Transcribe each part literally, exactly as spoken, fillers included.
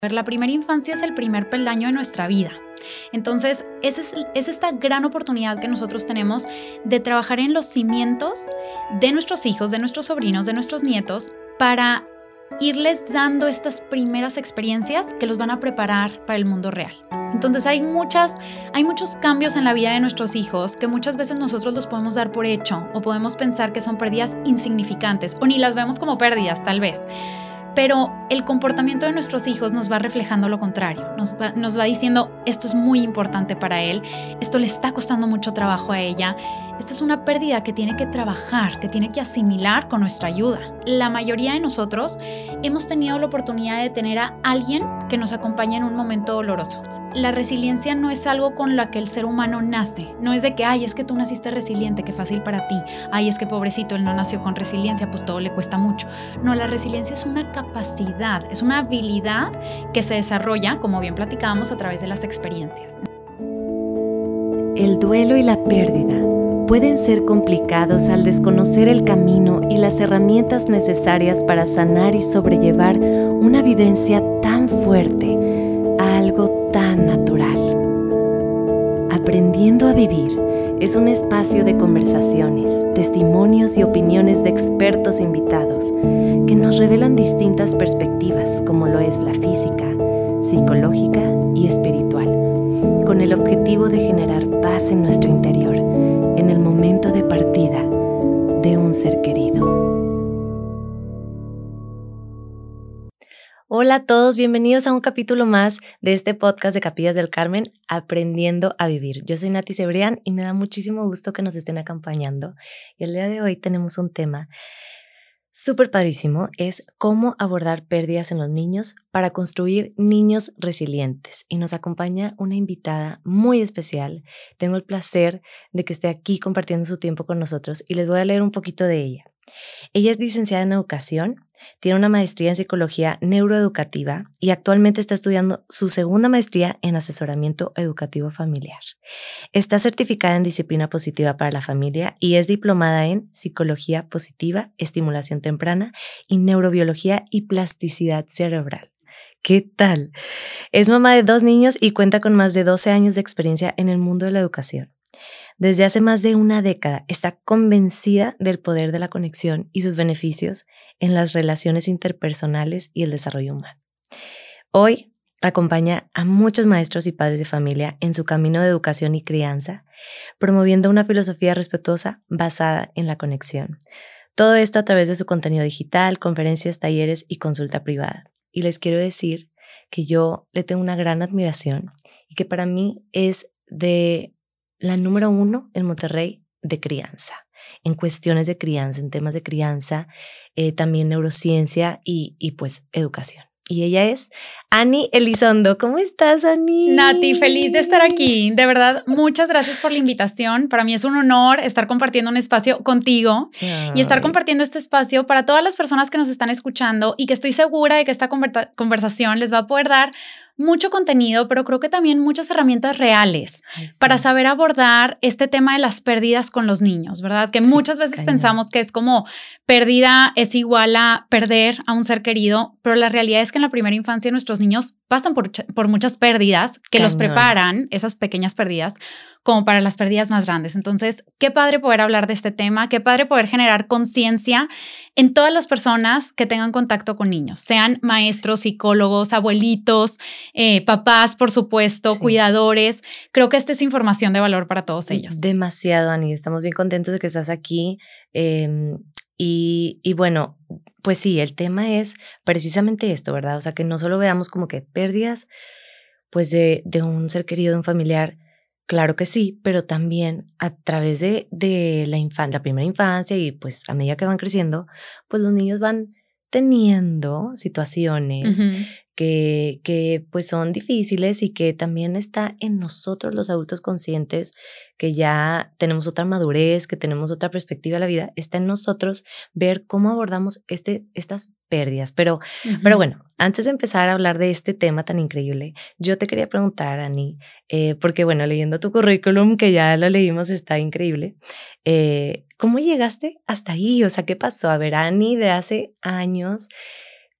La primera infancia es el primer peldaño de nuestra vida. Entonces, es, es esta gran oportunidad que nosotros tenemos de trabajar en los cimientos de nuestros hijos, de nuestros sobrinos, de nuestros nietos, para irles dando estas primeras experiencias que los van a preparar para el mundo real. Entonces hay, muchas, hay muchos cambios en la vida de nuestros hijos que muchas veces nosotros los podemos dar por hecho o podemos pensar que son pérdidas insignificantes o ni las vemos como pérdidas tal vez. Pero el comportamiento de nuestros hijos nos va reflejando lo contrario, nos va, nos va diciendo esto es muy importante para él, esto le está costando mucho trabajo a ella, esta es una pérdida que tiene que trabajar, que tiene que asimilar con nuestra ayuda. La mayoría de nosotros hemos tenido la oportunidad de tener a alguien que nos acompañe en un momento doloroso. La resiliencia no es algo con la que el ser humano nace, no es de que, ay, es que tú naciste resiliente, qué fácil para ti, ay, es que pobrecito, él no nació con resiliencia, pues todo le cuesta mucho. No, la resiliencia es una capacidad, es una habilidad que se desarrolla, como bien platicábamos, a través de las experiencias. El duelo y la pérdida pueden ser complicados al desconocer el camino y las herramientas necesarias para sanar y sobrellevar una vivencia tan fuerte a algo tan natural. Aprendiendo a vivir es un espacio de conversaciones, testimonios y opiniones de expertos invitados que nos revelan distintas perspectivas, como lo es la física, psicológica y espiritual, con el objetivo de generar paz en nuestro interior en el momento de partida de un ser querido. Hola a todos, bienvenidos a un capítulo más de este podcast de Capillas del Carmen, Aprendiendo a Vivir. Yo soy Nati Cebrián y me da muchísimo gusto que nos estén acompañando. Y el día de hoy tenemos un tema súper padrísimo, es cómo abordar pérdidas en los niños para construir niños resilientes. Y nos acompaña una invitada muy especial. Tengo el placer de que esté aquí compartiendo su tiempo con nosotros y les voy a leer un poquito de ella. Ella es licenciada en educación, tiene una maestría en psicología neuroeducativa y actualmente está estudiando su segunda maestría en asesoramiento educativo familiar. Está certificada en disciplina positiva para la familia y es diplomada en psicología positiva, estimulación temprana y neurobiología y plasticidad cerebral. ¿Qué tal? Es mamá de dos niños y cuenta con más de doce años de experiencia en el mundo de la educación. Desde hace más de una década está convencida del poder de la conexión y sus beneficios en las relaciones interpersonales y el desarrollo humano. Hoy acompaña a muchos maestros y padres de familia en su camino de educación y crianza, promoviendo una filosofía respetuosa basada en la conexión. Todo esto a través de su contenido digital, conferencias, talleres y consulta privada. Y les quiero decir que yo le tengo una gran admiración y que para mí es de la número uno en Monterrey de crianza, en cuestiones de crianza, en temas de crianza, eh, también neurociencia y, y pues educación. Y ella es Ani Elizondo. ¿Cómo estás, Ani? Nati, feliz de estar aquí. De verdad, muchas gracias por la invitación. Para mí es un honor estar compartiendo un espacio contigo Ay. y estar compartiendo este espacio para todas las personas que nos están escuchando y que estoy segura de que esta conversación les va a poder dar mucho contenido, pero creo que también muchas herramientas reales Ay, sí. para saber abordar este tema de las pérdidas con los niños, ¿verdad? Que sí, muchas veces cañón. Pensamos que es como pérdida es igual a perder a un ser querido, pero la realidad es que en la primera infancia nuestros niños pasan por, por muchas pérdidas que cañón. Los preparan, esas pequeñas pérdidas, como para las pérdidas más grandes. Entonces, qué padre poder hablar de este tema, qué padre poder generar conciencia en todas las personas que tengan contacto con niños, sean maestros, psicólogos, abuelitos, eh, papás, por supuesto, sí. cuidadores. Creo que esta es información de valor para todos ellos. Demasiado, Ani. Estamos bien contentos de que estás aquí. Eh, y, y bueno, pues sí, el tema es precisamente esto, ¿verdad? O sea, que no solo veamos como que pérdidas, pues de, de un ser querido, de un familiar. Claro que sí, pero también a través de, de la, infan- la primera infancia y pues a medida que van creciendo, pues los niños van teniendo situaciones uh-huh. que, que pues son difíciles y que también está en nosotros los adultos conscientes que ya tenemos otra madurez, que tenemos otra perspectiva de la vida, está en nosotros ver cómo abordamos este, estas pérdidas. Pero, uh-huh. pero bueno, antes de empezar a hablar de este tema tan increíble, yo te quería preguntar, Ani, eh, porque bueno, leyendo tu currículum, que ya lo leímos, está increíble, eh, ¿cómo llegaste hasta ahí? O sea, ¿qué pasó? A ver, Ani de hace años,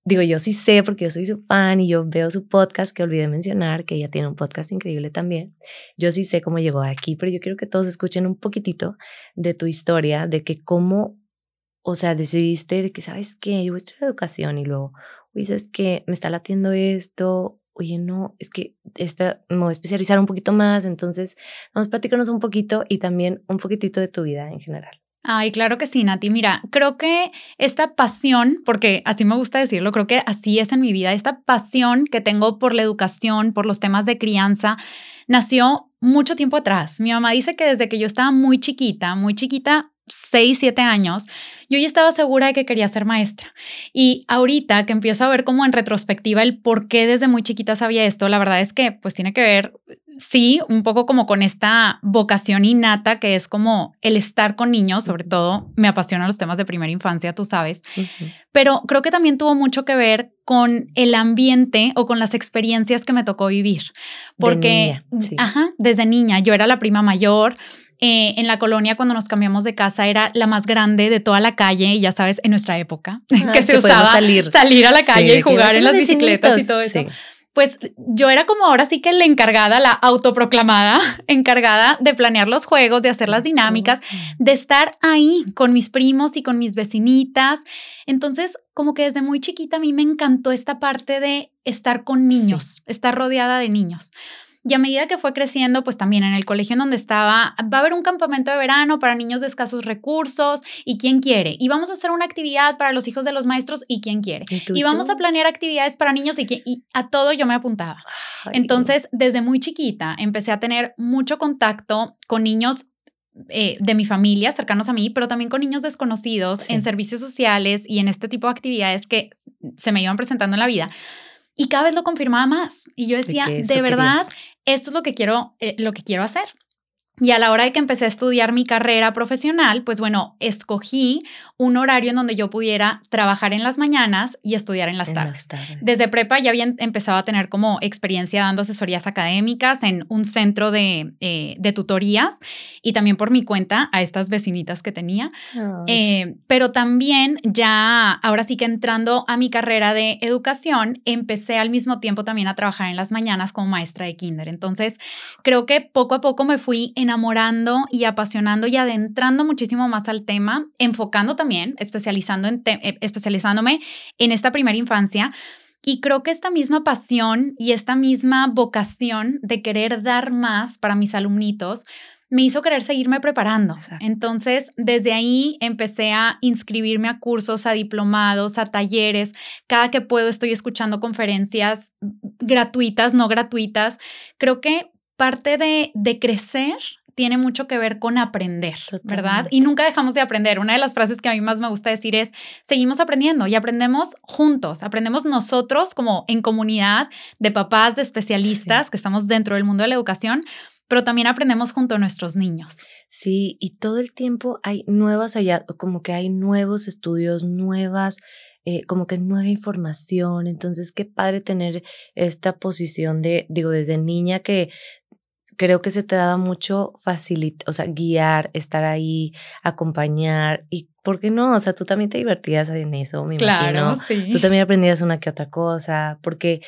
digo, yo sí sé porque yo soy su fan y yo veo su podcast, que olvidé mencionar, que ella tiene un podcast increíble también. Yo sí sé cómo llegó aquí, pero yo quiero que todos escuchen un poquitito de tu historia, de que cómo, o sea, decidiste de que, ¿sabes qué? Yo voy a estudiar educación y luego, oye, ¿sabes qué? Me está latiendo esto, oye, no, es que esta, me voy a especializar un poquito más, entonces vamos, platícanos un poquito y también un poquitito de tu vida en general. Ay, claro que sí, Nati. Mira, creo que esta pasión, porque así me gusta decirlo, creo que así es en mi vida, esta pasión que tengo por la educación, por los temas de crianza, nació mucho tiempo atrás. Mi mamá dice que desde que yo estaba muy chiquita, muy chiquita, seis, siete años, yo ya estaba segura de que quería ser maestra. Y ahorita que empiezo a ver como en retrospectiva el por qué desde muy chiquita sabía esto, la verdad es que pues tiene que ver, sí, un poco como con esta vocación innata que es como el estar con niños, sobre todo me apasionan los temas de primera infancia, tú sabes, uh-huh. Pero creo que también tuvo mucho que ver con el ambiente o con las experiencias que me tocó vivir. Porque, de niña, sí. Ajá, desde niña, yo era la prima mayor. Eh, en la colonia, cuando nos cambiamos de casa, era la más grande de toda la calle, y ya sabes, en nuestra época, ah, que se que usaba salir. salir a la calle sí, y jugar en las bicicletas y todo eso. Sí. Pues yo era como ahora sí que la encargada, la autoproclamada encargada de planear los juegos, de hacer las dinámicas, de estar ahí con mis primos y con mis vecinitas. Entonces, como que desde muy chiquita a mí me encantó esta parte de estar con niños, sí. estar rodeada de niños. Y a medida que fue creciendo, pues también en el colegio en donde estaba, va a haber un campamento de verano para niños de escasos recursos y quién quiere. Y vamos a hacer una actividad para los hijos de los maestros y quién quiere. Y, y vamos a planear actividades para niños y, y a todo yo me apuntaba. Ay. Entonces, desde muy chiquita empecé a tener mucho contacto con niños Eh, de mi familia, cercanos a mí, pero también con niños desconocidos sí. en servicios sociales y en este tipo de actividades que se me iban presentando en la vida. Y cada vez lo confirmaba más. Y yo decía, de, de verdad, querías. esto es lo que quiero, eh, lo que quiero hacer. Y a la hora de que empecé a estudiar mi carrera profesional, pues bueno, escogí un horario en donde yo pudiera trabajar en las mañanas y estudiar en las, en tardes. las tardes. Desde prepa ya había empezado a tener como experiencia dando asesorías académicas en un centro de, eh, de tutorías y también por mi cuenta a estas vecinitas que tenía. Eh, pero también ya, ahora sí que entrando a mi carrera de educación, empecé al mismo tiempo también a trabajar en las mañanas como maestra de kinder. Entonces, creo que poco a poco me fui enamorando y apasionando y adentrando muchísimo más al tema, enfocando también, especializando en te- especializándome en esta primera infancia. Y creo que esta misma pasión y esta misma vocación de querer dar más para mis alumnitos me hizo querer seguirme preparando. Exacto. Entonces, desde ahí empecé a inscribirme a cursos, a diplomados, a talleres. Cada que puedo estoy escuchando conferencias gratuitas, no gratuitas. Creo que parte de, de crecer tiene mucho que ver con aprender, Totalmente. ¿verdad? Y nunca dejamos de aprender. Una de las frases que a mí más me gusta decir es, seguimos aprendiendo y aprendemos juntos, aprendemos nosotros como en comunidad de papás, de especialistas sí. que estamos dentro del mundo de la educación, pero también aprendemos junto a nuestros niños. Sí, y todo el tiempo hay nuevas allá, como que hay nuevos estudios, nuevas... Eh, como que nueva información, entonces qué padre tener esta posición de, digo, desde niña que creo que se te daba mucho facilitar, o sea, guiar, estar ahí, acompañar y ¿por qué no? O sea, tú también te divertías en eso, me claro, imagino. Sí. Tú también aprendías una que otra cosa, porque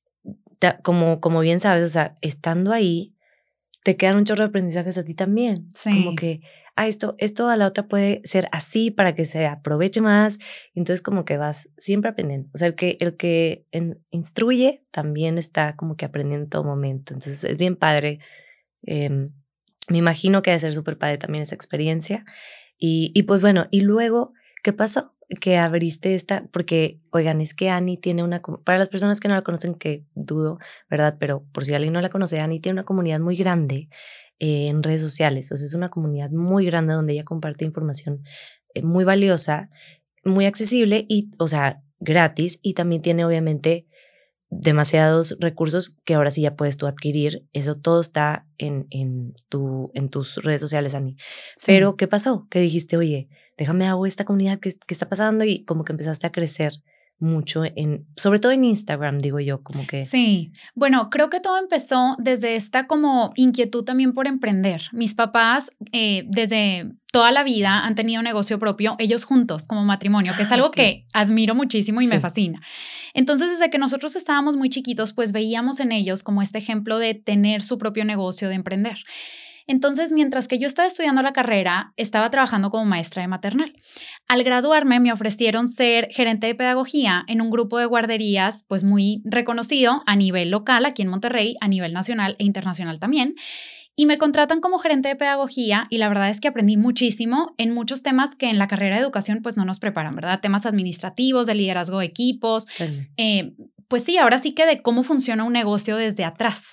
te, como, como bien sabes, o sea, estando ahí, te quedan un chorro de aprendizajes a ti también. Sí. Como que, ah, esto, esto a la otra puede ser así para que se aproveche más. Entonces como que vas siempre aprendiendo. O sea, el que, el que en, instruye también está como que aprendiendo en todo momento. Entonces es bien padre. Eh, me imagino que debe ser súper padre también esa experiencia. Y, y pues bueno, y luego, ¿qué pasó? Que abriste esta, porque, oigan, es que Annie tiene una, para las personas que no la conocen, que dudo, ¿verdad? Pero por si alguien no la conoce, Annie tiene una comunidad muy grande eh, en redes sociales, o sea, es una comunidad muy grande donde ella comparte información eh, muy valiosa, muy accesible y, o sea, gratis, y también tiene obviamente demasiados recursos que ahora sí ya puedes tú adquirir. Eso todo está en, en, tu, en tus redes sociales, Annie. Sí. Pero, ¿qué pasó? Que dijiste, oye, déjame hago esta comunidad que, que está pasando y como que empezaste a crecer mucho, en, sobre todo en Instagram, digo yo, como que... Sí, bueno, creo que todo empezó desde esta como inquietud también por emprender. Mis papás, eh, desde toda la vida han tenido un negocio propio, ellos juntos como matrimonio, que es algo okay. que admiro muchísimo y sí. me fascina. Entonces, desde que nosotros estábamos muy chiquitos, pues veíamos en ellos como este ejemplo de tener su propio negocio, de emprender. Entonces, mientras que yo estaba estudiando la carrera, estaba trabajando como maestra de maternal. Al graduarme, me ofrecieron ser gerente de pedagogía en un grupo de guarderías, pues muy reconocido a nivel local, aquí en Monterrey, a nivel nacional e internacional también. Y me contratan como gerente de pedagogía y la verdad es que aprendí muchísimo en muchos temas que en la carrera de educación pues no nos preparan, ¿verdad? Temas administrativos, de liderazgo de equipos. Sí. Eh, pues sí, ahora sí que de cómo funciona un negocio desde atrás.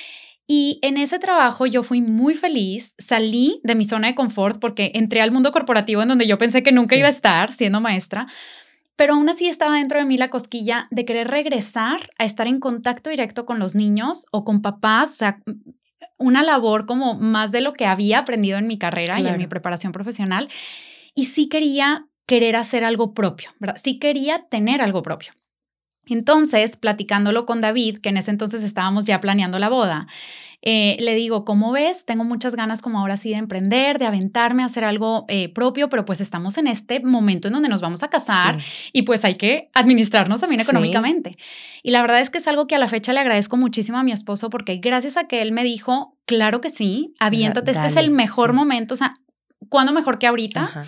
Y en ese trabajo yo fui muy feliz, salí de mi zona de confort porque entré al mundo corporativo en donde yo pensé que nunca sí. iba a estar siendo maestra, pero aún así estaba dentro de mí la cosquilla de querer regresar a estar en contacto directo con los niños o con papás, o sea, una labor como más de lo que había aprendido en mi carrera claro. y en mi preparación profesional. Y sí quería querer hacer algo propio, ¿verdad? Sí quería tener algo propio. Entonces, platicándolo con David, que en ese entonces estábamos ya planeando la boda, eh, le digo, ¿cómo ves? Tengo muchas ganas como ahora sí de emprender, de aventarme a hacer algo eh, propio, pero pues estamos en este momento en donde nos vamos a casar sí. y pues hay que administrarnos también económicamente. Sí. Y la verdad es que es algo que a la fecha le agradezco muchísimo a mi esposo porque gracias a que él me dijo, claro que sí, aviéntate, Dale, este es el mejor sí. momento, o sea, ¿cuándo mejor que ahorita? Ajá.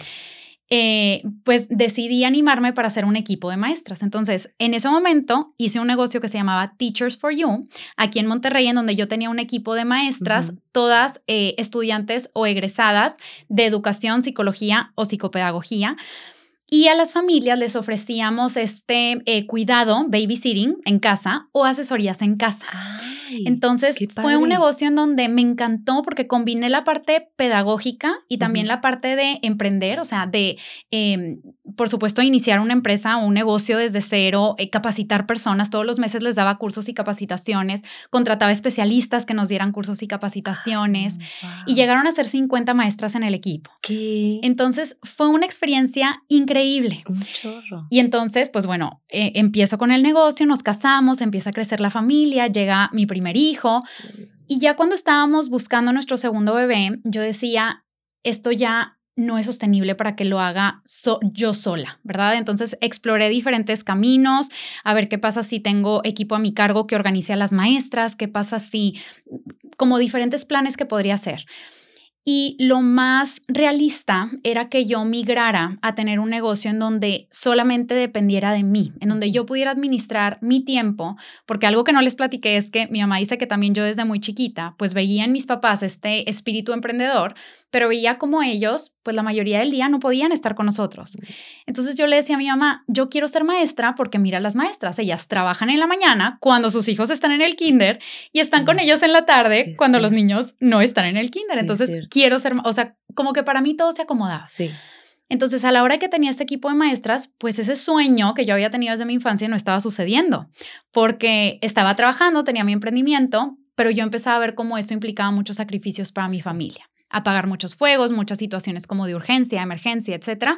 Eh, pues decidí animarme para hacer un equipo de maestras. Entonces, en ese momento hice un negocio que se llamaba Teachers for You, aquí en Monterrey, en donde yo tenía un equipo de maestras, uh-huh. todas eh, estudiantes o egresadas de educación, psicología o psicopedagogía. Y a las familias les ofrecíamos este eh, cuidado, babysitting en casa o asesorías en casa. Ay, entonces fue un negocio en donde me encantó porque combiné la parte pedagógica y también uh-huh. la parte de emprender, o sea, de, eh, por supuesto, iniciar una empresa o un negocio desde cero, eh, capacitar personas. Todos los meses les daba cursos y capacitaciones, contrataba especialistas que nos dieran cursos y capacitaciones Ay, wow. y llegaron a ser cincuenta maestras en el equipo. ¿Qué? Entonces fue una experiencia increíble. Un chorro. Y entonces, pues bueno, eh, empiezo con el negocio, nos casamos, empieza a crecer la familia, llega mi primer hijo. Y ya cuando estábamos buscando nuestro segundo bebé, yo decía, esto ya no es sostenible para que lo haga so- yo sola, ¿verdad? Entonces exploré diferentes caminos, a ver qué pasa si tengo equipo a mi cargo que organice a las maestras, qué pasa si, como diferentes planes que podría hacer. Y lo más realista era que yo migrara a tener un negocio en donde solamente dependiera de mí, en donde yo pudiera administrar mi tiempo, porque algo que no les platiqué es que mi mamá dice que también yo desde muy chiquita, pues veía en mis papás este espíritu emprendedor, pero veía como ellos, pues la mayoría del día no podían estar con nosotros. Entonces yo le decía a mi mamá, yo quiero ser maestra porque mira las maestras, ellas trabajan en la mañana cuando sus hijos están en el kinder y están con ellos en la tarde sí, cuando sí. los niños no están en el kinder. Sí, Entonces sí. quiero ser, o sea, como que para mí todo se acomodaba. Sí. Entonces, a la hora que tenía este equipo de maestras, pues ese sueño que yo había tenido desde mi infancia no estaba sucediendo, porque estaba trabajando, tenía mi emprendimiento, pero yo empezaba a ver cómo eso implicaba muchos sacrificios para mi sí. familia, apagar muchos fuegos, muchas situaciones como de urgencia, emergencia, etcétera.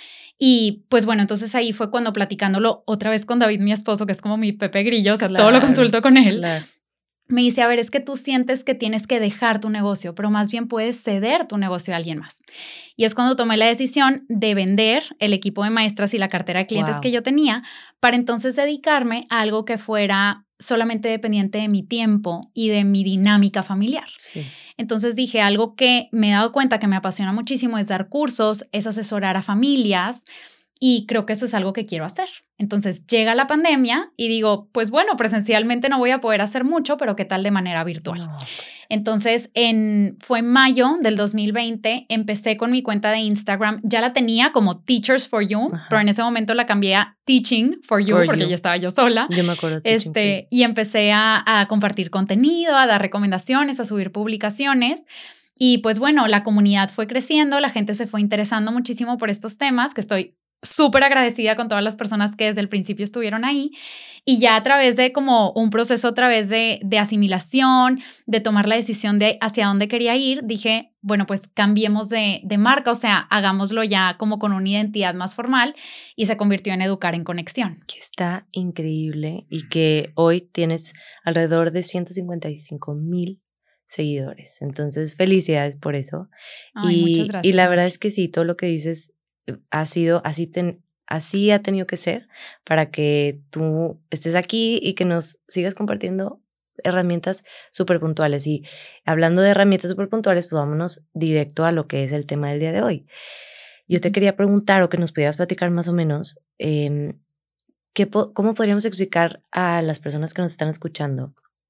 Y pues bueno, entonces ahí fue cuando platicándolo otra vez con David, mi esposo, que es como mi Pepe Grillo, o sea, claro, todo lo consulto con él. Claro. Me dice, a ver, es que tú sientes que tienes que dejar tu negocio, pero más bien puedes ceder tu negocio a alguien más. Y es cuando tomé la decisión de vender el equipo de maestras y la cartera de clientes wow. que yo tenía para entonces dedicarme a algo que fuera solamente dependiente de mi tiempo y de mi dinámica familiar. Sí. Entonces dije, algo que me he dado cuenta que me apasiona muchísimo es dar cursos, es asesorar a familias. Y creo que eso es algo que quiero hacer. Entonces llega la pandemia y digo, pues bueno, presencialmente no voy a poder hacer mucho, pero ¿qué tal de manera virtual? No, pues. Entonces en, fue en mayo del dos mil veinte, empecé con mi cuenta de Instagram. Ya la tenía como Teachers for You, Ajá. pero en ese momento la cambié a Teaching for You for porque you. ya estaba yo sola. Yo me acuerdo. Este, y empecé a, a compartir contenido, a dar recomendaciones, a subir publicaciones. Y pues bueno, la comunidad fue creciendo, la gente se fue interesando muchísimo por estos temas, que estoy súper agradecida con todas las personas que desde el principio estuvieron ahí y ya a través de como un proceso, a través de, de asimilación, de tomar la decisión de hacia dónde quería ir, dije, bueno, pues cambiemos de, de marca, o sea, hagámoslo ya como con una identidad más formal y se convirtió en Educar en Conexión. Que está increíble y que hoy tienes alrededor de ciento cincuenta y cinco mil seguidores. Entonces, felicidades por eso. Ay, y, muchas gracias. y la verdad es que sí, todo lo que dices ha sido así, ten, así ha tenido que ser para que tú estés aquí y que nos sigas compartiendo herramientas súper puntuales. Y hablando de herramientas súper puntuales, pues vámonos directo a lo que es el tema del día de hoy. Yo te quería preguntar o que nos pudieras platicar más o menos eh, ¿qué po- cómo podríamos explicar a las personas que nos están escuchando.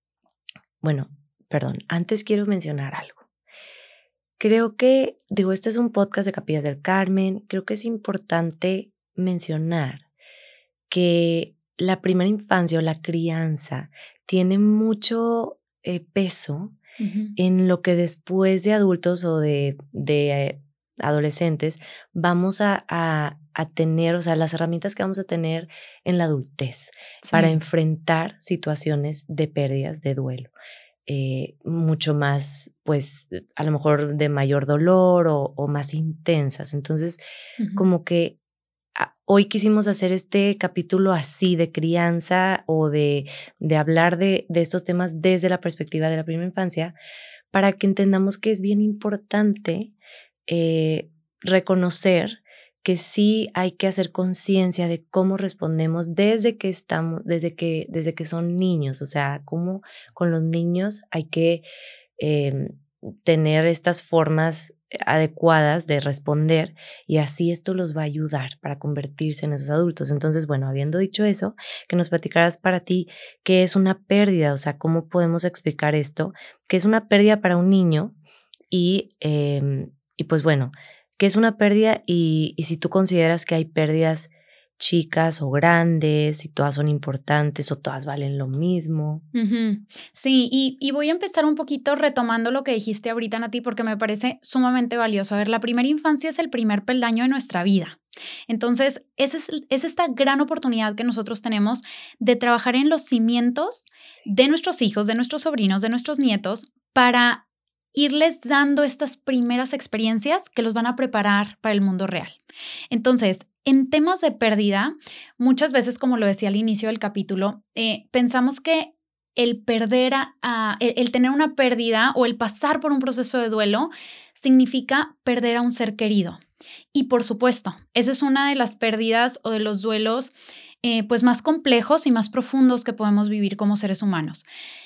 Bueno, perdón, antes quiero mencionar algo. Creo que, digo, este es un podcast de Capillas del Carmen, creo que es importante mencionar que la primera infancia o la crianza tiene mucho eh, peso Uh-huh. en lo que después de adultos o de, de eh, adolescentes vamos a, a, a tener, o sea, las herramientas que vamos a tener en la adultez Sí. para enfrentar situaciones de pérdidas, de duelo. Eh, mucho más, pues, a lo mejor de mayor dolor o, o más intensas. Entonces, Uh-huh. como que a, hoy quisimos hacer este capítulo así de crianza o de, de hablar de, de estos temas desde la perspectiva de la primera infancia para que entendamos que es bien importante eh, reconocer que sí hay que hacer conciencia de cómo respondemos desde que estamos, desde que, desde que son niños, o sea, cómo con los niños hay que eh, tener estas formas adecuadas de responder y así esto los va a ayudar para convertirse en esos adultos. Entonces, bueno, habiendo dicho eso, que nos platicaras para ti qué es una pérdida, o sea, cómo podemos explicar esto, qué es una pérdida para un niño y, eh, y pues bueno, qué es una pérdida y, y si tú consideras que hay pérdidas chicas o grandes, si todas son importantes o todas valen lo mismo. Uh-huh. Sí, y, y voy a empezar un poquito retomando lo que dijiste ahorita, Nati, porque me parece sumamente valioso. A ver, la primera infancia es el primer peldaño de nuestra vida. Entonces, es, es esta gran oportunidad que nosotros tenemos de trabajar en los cimientos de nuestros hijos, de nuestros sobrinos, de nuestros nietos, para irles dando estas primeras experiencias que los van a preparar para el mundo real. Entonces, en temas de pérdida, muchas veces, como lo decía al inicio del capítulo, eh, pensamos que el perder, a, a, el, el tener una pérdida o el pasar por un proceso de duelo significa perder a un ser querido. Y por supuesto, esa es una de las pérdidas o de los duelos eh, pues más complejos y más profundos que podemos vivir como seres humanos.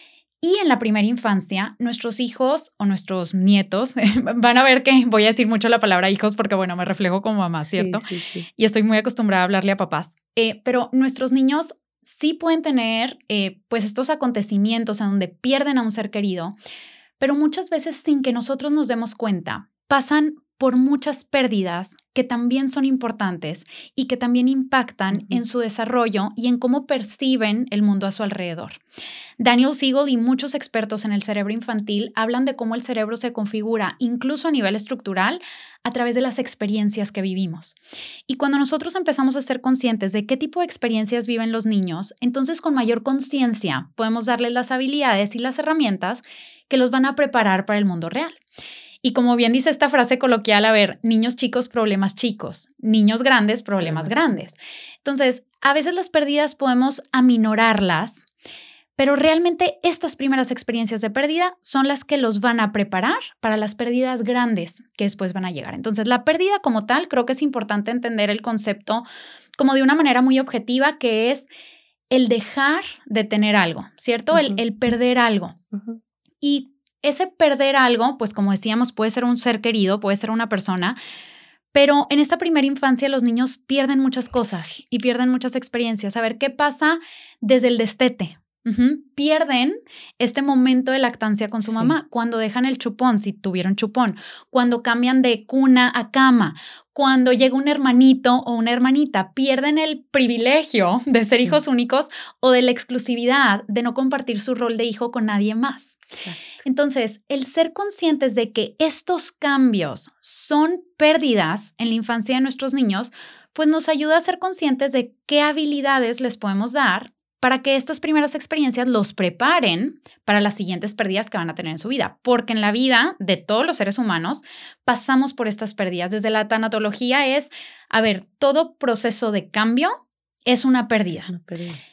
Y en la primera infancia, nuestros hijos o nuestros nietos van a ver que voy a decir mucho la palabra hijos porque, bueno, me reflejo como mamá, ¿cierto? Sí, sí, sí. Y estoy muy acostumbrada a hablarle a papás. Eh, pero nuestros niños sí pueden tener eh, pues estos acontecimientos en donde pierden a un ser querido, pero muchas veces sin que nosotros nos demos cuenta, pasan por muchas pérdidas que también son importantes y que también impactan uh-huh. en su desarrollo y en cómo perciben el mundo a su alrededor. Daniel Siegel y muchos expertos en el cerebro infantil hablan de cómo el cerebro se configura incluso a nivel estructural a través de las experiencias que vivimos. Y cuando nosotros empezamos a ser conscientes de qué tipo de experiencias viven los niños, entonces con mayor conciencia podemos darles las habilidades y las herramientas que los van a preparar para el mundo real. Y como bien dice esta frase coloquial, a ver, niños chicos, problemas chicos, niños grandes, problemas grandes. Entonces, a veces las pérdidas podemos aminorarlas, pero realmente estas primeras experiencias de pérdida son las que los van a preparar para las pérdidas grandes que después van a llegar. Entonces, la pérdida como tal, creo que es importante entender el concepto como de una manera muy objetiva, que es el dejar de tener algo, ¿cierto? Uh-huh. El, el perder algo. Uh-huh. Y ese perder algo, pues como decíamos, puede ser un ser querido, puede ser una persona, pero en esta primera infancia los niños pierden muchas cosas y pierden muchas experiencias. A ver, ¿qué pasa desde el destete? Uh-huh. Pierden este momento de lactancia con su sí. mamá, cuando dejan el chupón, si tuvieron chupón, cuando cambian de cuna a cama, cuando llega un hermanito o una hermanita, pierden el privilegio de ser sí. hijos únicos o de la exclusividad de no compartir su rol de hijo con nadie más. Exacto. Entonces, el ser conscientes de que estos cambios son pérdidas en la infancia de nuestros niños, pues nos ayuda a ser conscientes de qué habilidades les podemos dar para que estas primeras experiencias los preparen para las siguientes pérdidas que van a tener en su vida. Porque en la vida de todos los seres humanos pasamos por estas pérdidas. Desde la tanatología es, a ver, todo proceso de cambio es una pérdida. Es una pérdida.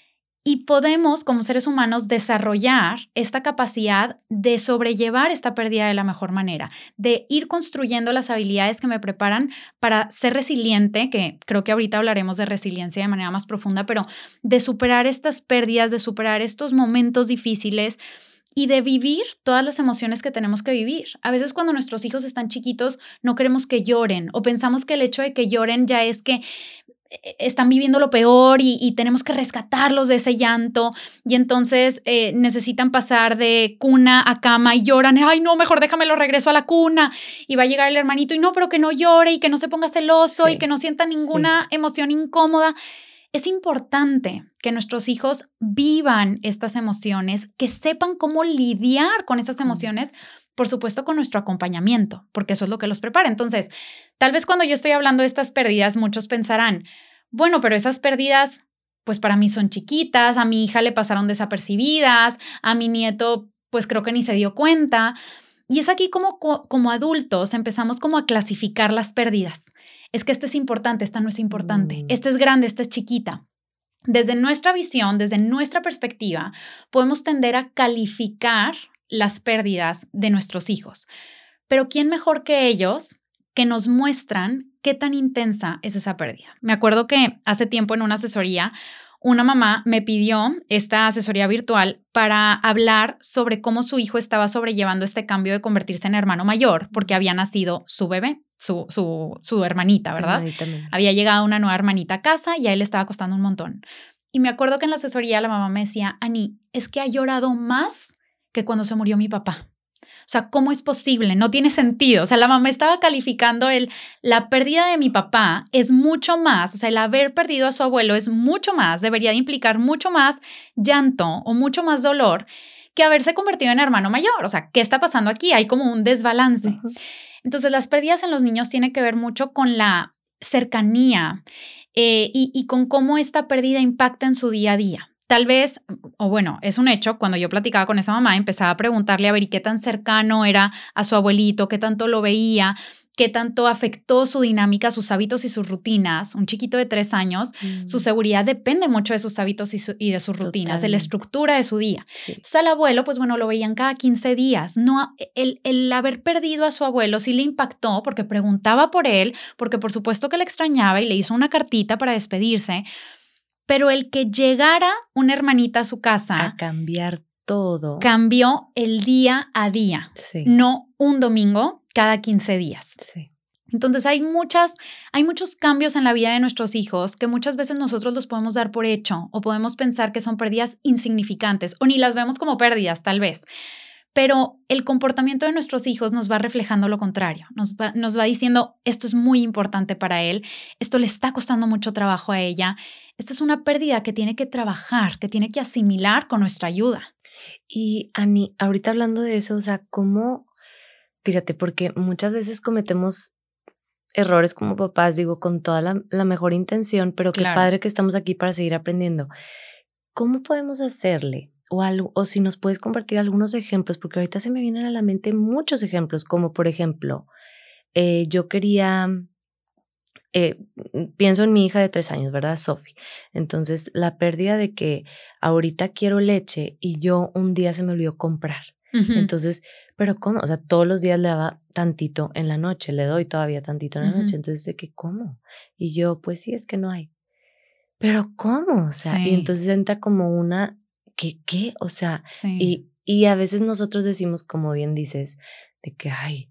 Y podemos, como seres humanos, desarrollar esta capacidad de sobrellevar esta pérdida de la mejor manera, de ir construyendo las habilidades que me preparan para ser resiliente, que creo que ahorita hablaremos de resiliencia de manera más profunda, pero de superar estas pérdidas, de superar estos momentos difíciles y de vivir todas las emociones que tenemos que vivir. A veces cuando nuestros hijos están chiquitos no queremos que lloren o pensamos que el hecho de que lloren ya es que están viviendo lo peor y, y tenemos que rescatarlos de ese llanto y entonces eh, necesitan pasar de cuna a cama y lloran, ay no, mejor déjamelo, regreso a la cuna y va a llegar el hermanito y no, pero que no llore y que no se ponga celoso sí, y que no sienta ninguna sí. emoción incómoda. Es importante que nuestros hijos vivan estas emociones, que sepan cómo lidiar con esas emociones, por supuesto con nuestro acompañamiento, porque eso es lo que los prepara. Entonces, tal vez cuando yo estoy hablando de estas pérdidas, muchos pensarán, bueno, pero esas pérdidas, pues para mí son chiquitas, a mi hija le pasaron desapercibidas, a mi nieto, pues creo que ni se dio cuenta. Y es aquí como, como adultos empezamos como a clasificar las pérdidas. Es que esta es importante, esta no es importante, mm. esta es grande, esta es chiquita. Desde nuestra visión, desde nuestra perspectiva, podemos tender a calificar las pérdidas de nuestros hijos. Pero ¿quién mejor que ellos que nos muestran qué tan intensa es esa pérdida? Me acuerdo que hace tiempo en una asesoría, una mamá me pidió esta asesoría virtual para hablar sobre cómo su hijo estaba sobrellevando este cambio de convertirse en hermano mayor, porque había nacido su bebé, su, su, su hermanita, ¿verdad? Hermanita había llegado una nueva hermanita a casa y a él le estaba costando un montón. Y me acuerdo que en la asesoría la mamá me decía, Ani, es que ha llorado más que cuando se murió mi papá. O sea, ¿cómo es posible? No tiene sentido. O sea, la mamá estaba calificando el, la pérdida de mi papá es mucho más, o sea, el haber perdido a su abuelo es mucho más, debería de implicar mucho más llanto o mucho más dolor que haberse convertido en hermano mayor. O sea, ¿qué está pasando aquí? Hay como un desbalance. Uh-huh. Entonces, las pérdidas en los niños tienen que ver mucho con la cercanía eh, y, y con cómo esta pérdida impacta en su día a día. Tal vez, o bueno, es un hecho, cuando yo platicaba con esa mamá, empezaba a preguntarle a ver, ¿y qué tan cercano era a su abuelito? ¿Qué tanto lo veía? ¿Qué tanto afectó su dinámica, sus hábitos y sus rutinas? Un chiquito de tres años, mm. su seguridad depende mucho de sus hábitos y, su, y de sus rutinas, Totalmente. de la estructura de su día. Sí. Entonces al abuelo, pues bueno, lo veían cada quince días. No, el, el haber perdido a su abuelo sí le impactó porque preguntaba por él, porque por supuesto que le extrañaba y le hizo una cartita para despedirse. Pero el que llegara una hermanita a su casa a cambiar todo cambió el día a día, sí. no un domingo cada quince días. Sí. Entonces hay muchas, hay muchos cambios en la vida de nuestros hijos que muchas veces nosotros los podemos dar por hecho o podemos pensar que son pérdidas insignificantes o ni las vemos como pérdidas tal vez. Pero el comportamiento de nuestros hijos nos va reflejando lo contrario, nos va, nos va diciendo esto es muy importante para él, esto le está costando mucho trabajo a ella, esta es una pérdida que tiene que trabajar, que tiene que asimilar con nuestra ayuda. Y Ani, ahorita hablando de eso, o sea, ¿cómo? Fíjate, porque muchas veces cometemos errores como papás, digo, con toda la, la mejor intención, pero qué Claro. padre que estamos aquí para seguir aprendiendo. ¿Cómo podemos hacerle? O, algo, o si nos puedes compartir algunos ejemplos, porque ahorita se me vienen a la mente muchos ejemplos, como por ejemplo, eh, yo quería, eh, pienso en mi hija de tres años, ¿verdad? Sofi. Entonces, la pérdida de que ahorita quiero leche y yo un día se me olvidó comprar. Uh-huh. Entonces, ¿pero cómo? O sea, todos los días le daba tantito en la noche, le doy todavía tantito en la uh-huh. noche. Entonces, ¿de qué cómo? Y yo, pues sí, es que no hay. ¿Pero cómo? O sea, Sí. y entonces entra como una... ¿Qué? ¿Qué? O sea, Sí. y, y a veces nosotros decimos, como bien dices, de que, ay,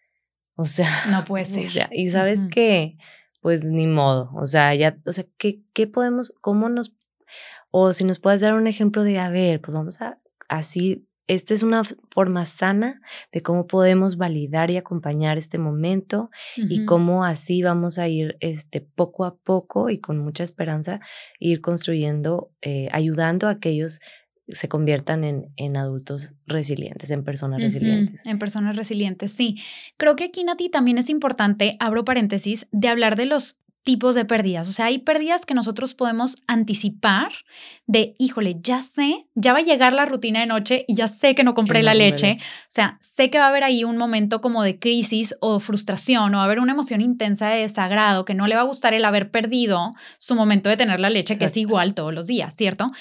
o sea. No puede ser. O sea, y sabes uh-huh. que, pues ni modo, o sea, ya, o sea, ¿qué, qué podemos, cómo nos, o si nos puedes dar un ejemplo de, a ver, pues vamos a, así, esta es una forma sana de cómo podemos validar y acompañar este momento uh-huh. y cómo así vamos a ir este, poco a poco y con mucha esperanza ir construyendo, eh, ayudando a aquellos se conviertan en, en adultos resilientes, en personas uh-huh. resilientes. En personas resilientes, sí. Creo que aquí, Nati, también es importante, abro paréntesis, de hablar de los tipos de pérdidas. O sea, hay pérdidas que nosotros podemos anticipar de, híjole, ya sé, ya va a llegar la rutina de noche y ya sé que no compré que no la leche. leche. O sea, sé que va a haber ahí un momento como de crisis o frustración o va a haber una emoción intensa de desagrado, que no le va a gustar el haber perdido su momento de tener la leche, Exacto. que es igual todos los días, ¿cierto?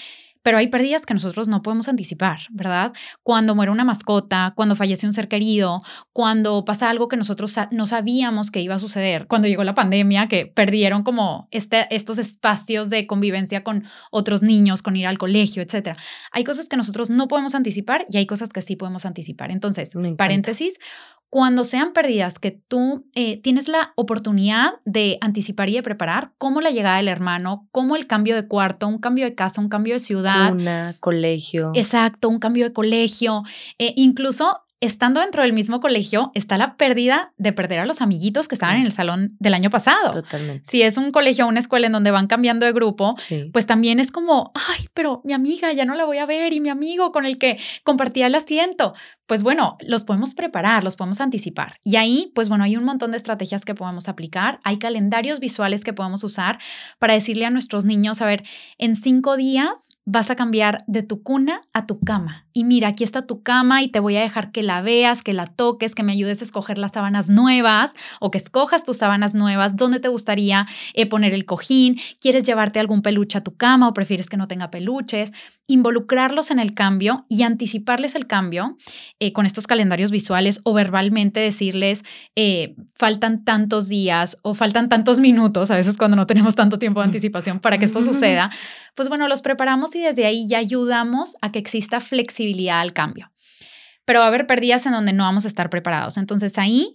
pero hay pérdidas que nosotros no podemos anticipar, ¿verdad? Cuando muere una mascota, cuando fallece un ser querido, cuando pasa algo que nosotros no sabíamos que iba a suceder, cuando llegó la pandemia, que perdieron como este, estos espacios de convivencia con otros niños, con ir al colegio, etcétera. Hay cosas que nosotros no podemos anticipar y hay cosas que sí podemos anticipar. Entonces, paréntesis, cuando sean pérdidas que tú eh, tienes la oportunidad de anticipar y de preparar, como la llegada del hermano, como el cambio de cuarto, un cambio de casa, un cambio de ciudad. Una, colegio. Exacto, un cambio de colegio. Eh, incluso estando dentro del mismo colegio está la pérdida de perder a los amiguitos que estaban sí. en el salón del año pasado. Totalmente. Si es un colegio o una escuela en donde van cambiando de grupo, sí. pues también es como, ay, pero mi amiga ya no la voy a ver y mi amigo con el que compartía el asiento. Pues bueno, los podemos preparar, los podemos anticipar. Y ahí, pues bueno, hay un montón de estrategias que podemos aplicar. Hay calendarios visuales que podemos usar para decirle a nuestros niños, a ver, en cinco días vas a cambiar de tu cuna a tu cama. Y mira, aquí está tu cama y te voy a dejar que la veas, que la toques, que me ayudes a escoger las sábanas nuevas o que escojas tus sábanas nuevas. ¿Dónde te gustaría eh, poner el cojín? ¿Quieres llevarte algún peluche a tu cama o prefieres que no tenga peluches? Involucrarlos en el cambio y anticiparles el cambio eh, con estos calendarios visuales o verbalmente decirles eh, faltan tantos días o faltan tantos minutos, a veces cuando no tenemos tanto tiempo de anticipación para que esto suceda, pues bueno, los preparamos y desde ahí ya ayudamos a que exista flexibilidad al cambio. Pero va a haber pérdidas en donde no vamos a estar preparados. Entonces ahí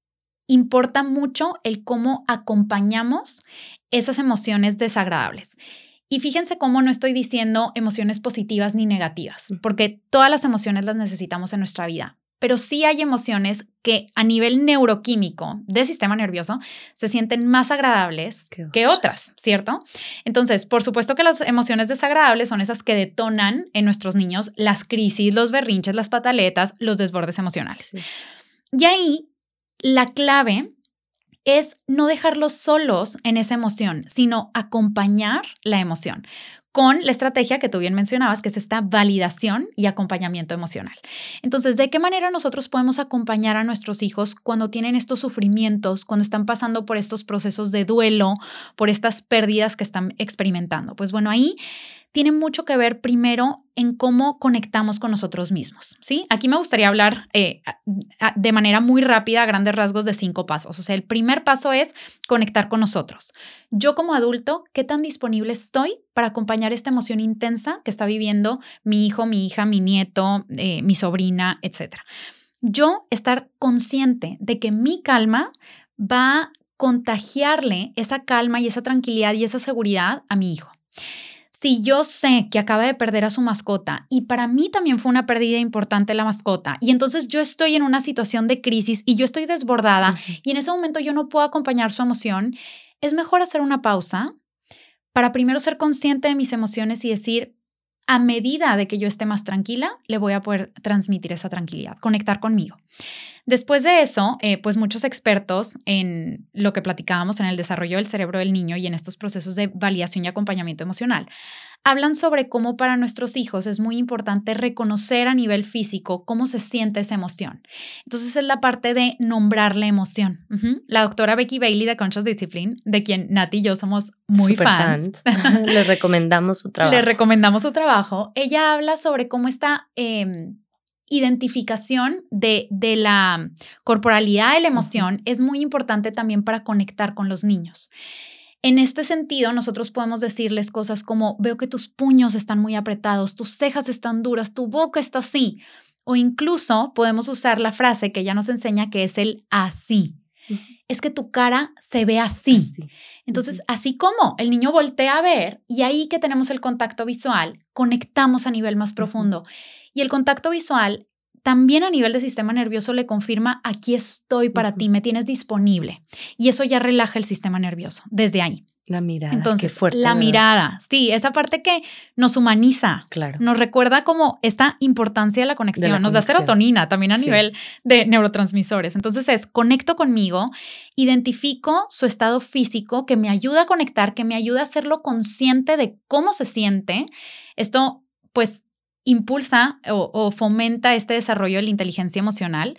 importa mucho el cómo acompañamos esas emociones desagradables. Y fíjense cómo no estoy diciendo emociones positivas ni negativas, porque todas las emociones las necesitamos en nuestra vida. Pero sí hay emociones que a nivel neuroquímico del sistema nervioso se sienten más agradables que, que otras, ¿cierto? Entonces, por supuesto que las emociones desagradables son esas que detonan en nuestros niños las crisis, los berrinches, las pataletas, los desbordes emocionales. Sí. Y ahí la clave es no dejarlos solos en esa emoción, sino acompañar la emoción con la estrategia que tú bien mencionabas, que es esta validación y acompañamiento emocional. Entonces, ¿de qué manera nosotros podemos acompañar a nuestros hijos cuando tienen estos sufrimientos, cuando están pasando por estos procesos de duelo, por estas pérdidas que están experimentando? Pues bueno, ahí tiene mucho que ver primero en cómo conectamos con nosotros mismos, ¿sí? Aquí me gustaría hablar eh, de manera muy rápida, a grandes rasgos, de cinco pasos. O sea, el primer paso es conectar con nosotros. Yo como adulto, ¿qué tan disponible estoy para acompañar esta emoción intensa que está viviendo mi hijo, mi hija, mi nieto, eh, mi sobrina, etcétera? Yo estar consciente de que mi calma va a contagiarle esa calma y esa tranquilidad y esa seguridad a mi hijo. Si yo sé que acaba de perder a su mascota y para mí también fue una pérdida importante la mascota y entonces yo estoy en una situación de crisis y yo estoy desbordada uh-huh. y en ese momento yo no puedo acompañar su emoción, es mejor hacer una pausa para primero ser consciente de mis emociones y decir, a medida de que yo esté más tranquila, le voy a poder transmitir esa tranquilidad, conectar conmigo. Después de eso, eh, pues muchos expertos en lo que platicábamos en el desarrollo del cerebro del niño y en estos procesos de validación y acompañamiento emocional, hablan sobre cómo para nuestros hijos es muy importante reconocer a nivel físico cómo se siente esa emoción. Entonces es la parte de nombrar la emoción. Uh-huh. La doctora Becky Bailey de Conscious Discipline, de quien Nati y yo somos muy Super fans. fans. Les recomendamos su trabajo. Les recomendamos su trabajo. Ella habla sobre cómo esta eh, identificación de, de la corporalidad de la emoción uh-huh. es muy importante también para conectar con los niños. En este sentido, nosotros podemos decirles cosas como, veo que tus puños están muy apretados, tus cejas están duras, tu boca está así. O incluso podemos usar la frase que ella nos enseña, que es el así. Uh-huh. Es que tu cara se ve así. así. Entonces, uh-huh. así como el niño voltea a ver y ahí que tenemos el contacto visual, conectamos a nivel más profundo. Uh-huh. Y el contacto visual también a nivel de sistema nervioso le confirma, aquí estoy para uh-huh. ti, me tienes disponible. Y eso ya relaja el sistema nervioso desde ahí. La mirada, Entonces, qué fuerte, la ¿verdad? mirada, sí, esa parte que nos humaniza, claro. nos recuerda como esta importancia de la conexión, de la nos conexión. da serotonina también a sí. nivel de neurotransmisores. Entonces es, conecto conmigo, identifico su estado físico que me ayuda a conectar, que me ayuda a hacerlo consciente de cómo se siente. Esto, pues, impulsa o, o fomenta este desarrollo de la inteligencia emocional.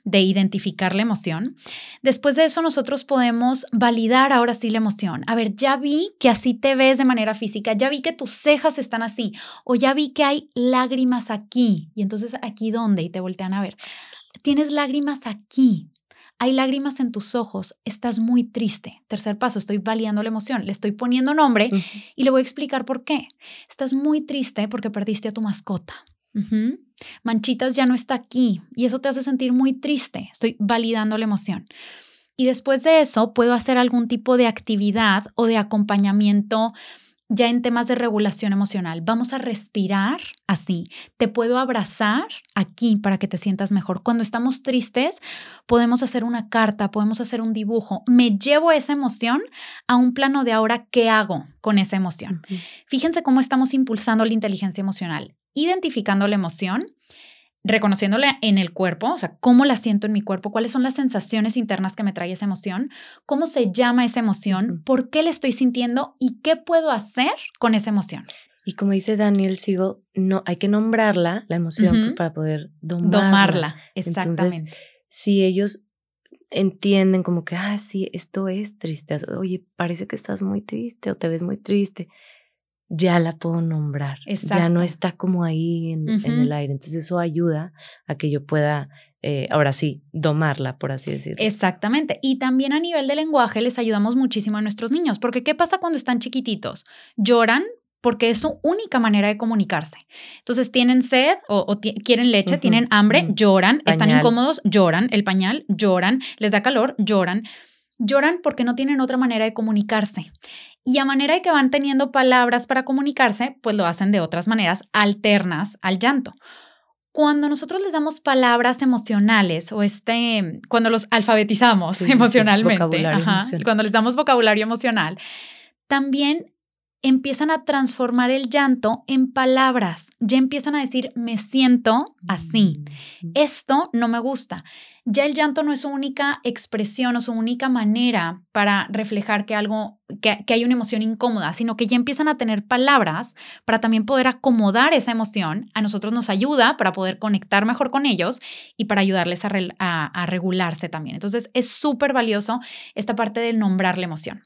de identificar la emoción. Después de eso nosotros podemos validar ahora sí la emoción. A ver, ya vi que así te ves de manera física, ya vi que tus cejas están así, o ya vi que hay lágrimas aquí. Y entonces, ¿aquí dónde? Y te voltean a ver. Tienes lágrimas aquí. Hay lágrimas en tus ojos, estás muy triste. Tercer paso, estoy validando la emoción, le estoy poniendo nombre uh-huh. y le voy a explicar por qué. Estás muy triste porque perdiste a tu mascota. Uh-huh. Manchitas ya no está aquí y eso te hace sentir muy triste. Estoy validando la emoción. Y después de eso puedo hacer algún tipo de actividad o de acompañamiento ya en temas de regulación emocional. Vamos a respirar así. Te puedo abrazar aquí para que te sientas mejor. Cuando estamos tristes, podemos hacer una carta, podemos hacer un dibujo. Me llevo esa emoción a un plano de ahora, ¿qué hago con esa emoción? Uh-huh. Fíjense cómo estamos impulsando la inteligencia emocional, identificando la emoción, reconociéndola en el cuerpo, o sea, cómo la siento en mi cuerpo, cuáles son las sensaciones internas que me trae esa emoción, cómo se llama esa emoción, por qué la estoy sintiendo y qué puedo hacer con esa emoción. Y como dice Daniel Siegel, no, hay que nombrarla, la emoción, uh-huh. pues, para poder domarla. Domarla, exactamente. Entonces, si ellos entienden como que, ah, sí, esto es triste, oye, parece que estás muy triste o te ves muy triste, ya la puedo nombrar. Exacto. Ya no está como ahí en, uh-huh. en el aire. Entonces eso ayuda a que yo pueda, eh, ahora sí, domarla, por así decirlo. Exactamente. Y también a nivel de lenguaje les ayudamos muchísimo a nuestros niños, porque ¿qué pasa cuando están chiquititos? Lloran porque es su única manera de comunicarse. Entonces tienen sed o, o t- quieren leche, uh-huh. tienen hambre, uh-huh. lloran, pañal. Están incómodos, lloran, el pañal, lloran, les da calor, lloran. Lloran porque no tienen otra manera de comunicarse. Y a manera de que van teniendo palabras para comunicarse, pues lo hacen de otras maneras alternas al llanto. Cuando nosotros les damos palabras emocionales o este, cuando los alfabetizamos sí, emocionalmente, sí, vocabulario ajá, emocional. Cuando les damos vocabulario emocional, también empiezan a transformar el llanto en palabras. Ya empiezan a decir, me siento así. Mm-hmm. Esto no me gusta. Ya el llanto no es su única expresión o su única manera para reflejar que, algo, que, que hay una emoción incómoda, sino que ya empiezan a tener palabras para también poder acomodar esa emoción. A nosotros nos ayuda para poder conectar mejor con ellos y para ayudarles a, re, a, a regularse también. Entonces es súper valioso esta parte de nombrar la emoción.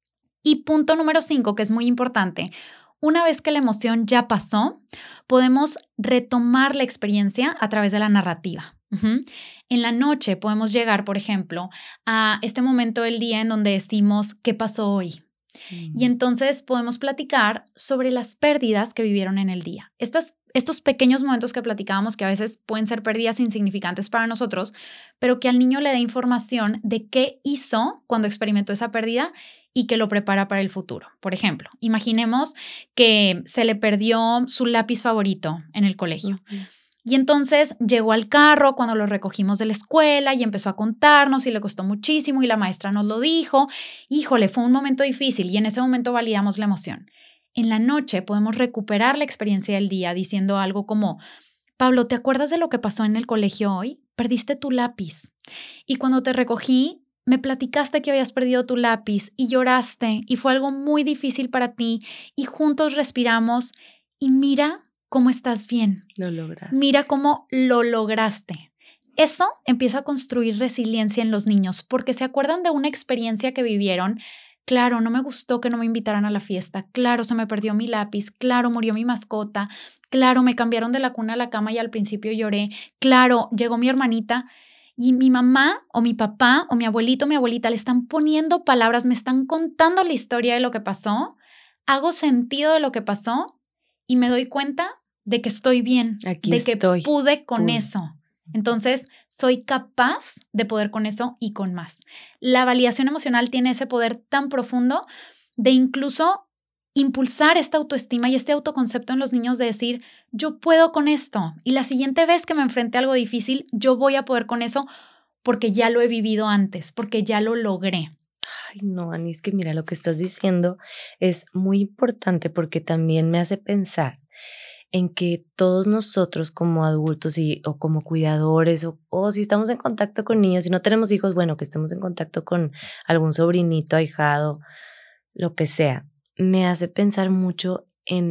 Y punto número cinco, que es muy importante, una vez que la emoción ya pasó, podemos retomar la experiencia a través de la narrativa. Uh-huh. En la noche podemos llegar, por ejemplo, a este momento del día en donde decimos ¿qué pasó hoy? Uh-huh. Y entonces podemos platicar sobre las pérdidas que vivieron en el día. Estas, estos pequeños momentos que platicábamos que a veces pueden ser pérdidas insignificantes para nosotros, pero que al niño le da información de qué hizo cuando experimentó esa pérdida y que lo prepara para el futuro. Por ejemplo, imaginemos que se le perdió su lápiz favorito en el colegio. Uh-huh. Y entonces llegó al carro cuando lo recogimos de la escuela y empezó a contarnos y le costó muchísimo y la maestra nos lo dijo. Híjole, fue un momento difícil y en ese momento validamos la emoción. En la noche podemos recuperar la experiencia del día diciendo algo como, Pablo, ¿te acuerdas de lo que pasó en el colegio hoy? Perdiste tu lápiz. Y cuando te recogí, me platicaste que habías perdido tu lápiz y lloraste y fue algo muy difícil para ti y juntos respiramos y mira cómo estás bien. Lo lograste. Mira cómo lo lograste. Eso empieza a construir resiliencia en los niños porque se acuerdan de una experiencia que vivieron. Claro, no me gustó que no me invitaran a la fiesta. Claro, se me perdió mi lápiz. Claro, murió mi mascota. Claro, me cambiaron de la cuna a la cama y al principio lloré. Claro, llegó mi hermanita. Y mi mamá o mi papá o mi abuelito o mi abuelita le están poniendo palabras, me están contando la historia de lo que pasó, hago sentido de lo que pasó y me doy cuenta de que estoy bien, Aquí de estoy. que pude con Pude. eso. Entonces, soy capaz de poder con eso y con más. La validación emocional tiene ese poder tan profundo de incluso impulsar esta autoestima y este autoconcepto en los niños de decir, yo puedo con esto y la siguiente vez que me enfrente a algo difícil, yo voy a poder con eso porque ya lo he vivido antes, porque ya lo logré. Ay, no, Ani, es que mira, lo que estás diciendo es muy importante porque también me hace pensar en que todos nosotros como adultos y, o como cuidadores o, o si estamos en contacto con niños, si no tenemos hijos, bueno, que estemos en contacto con algún sobrinito, ahijado, lo que sea, me hace pensar mucho en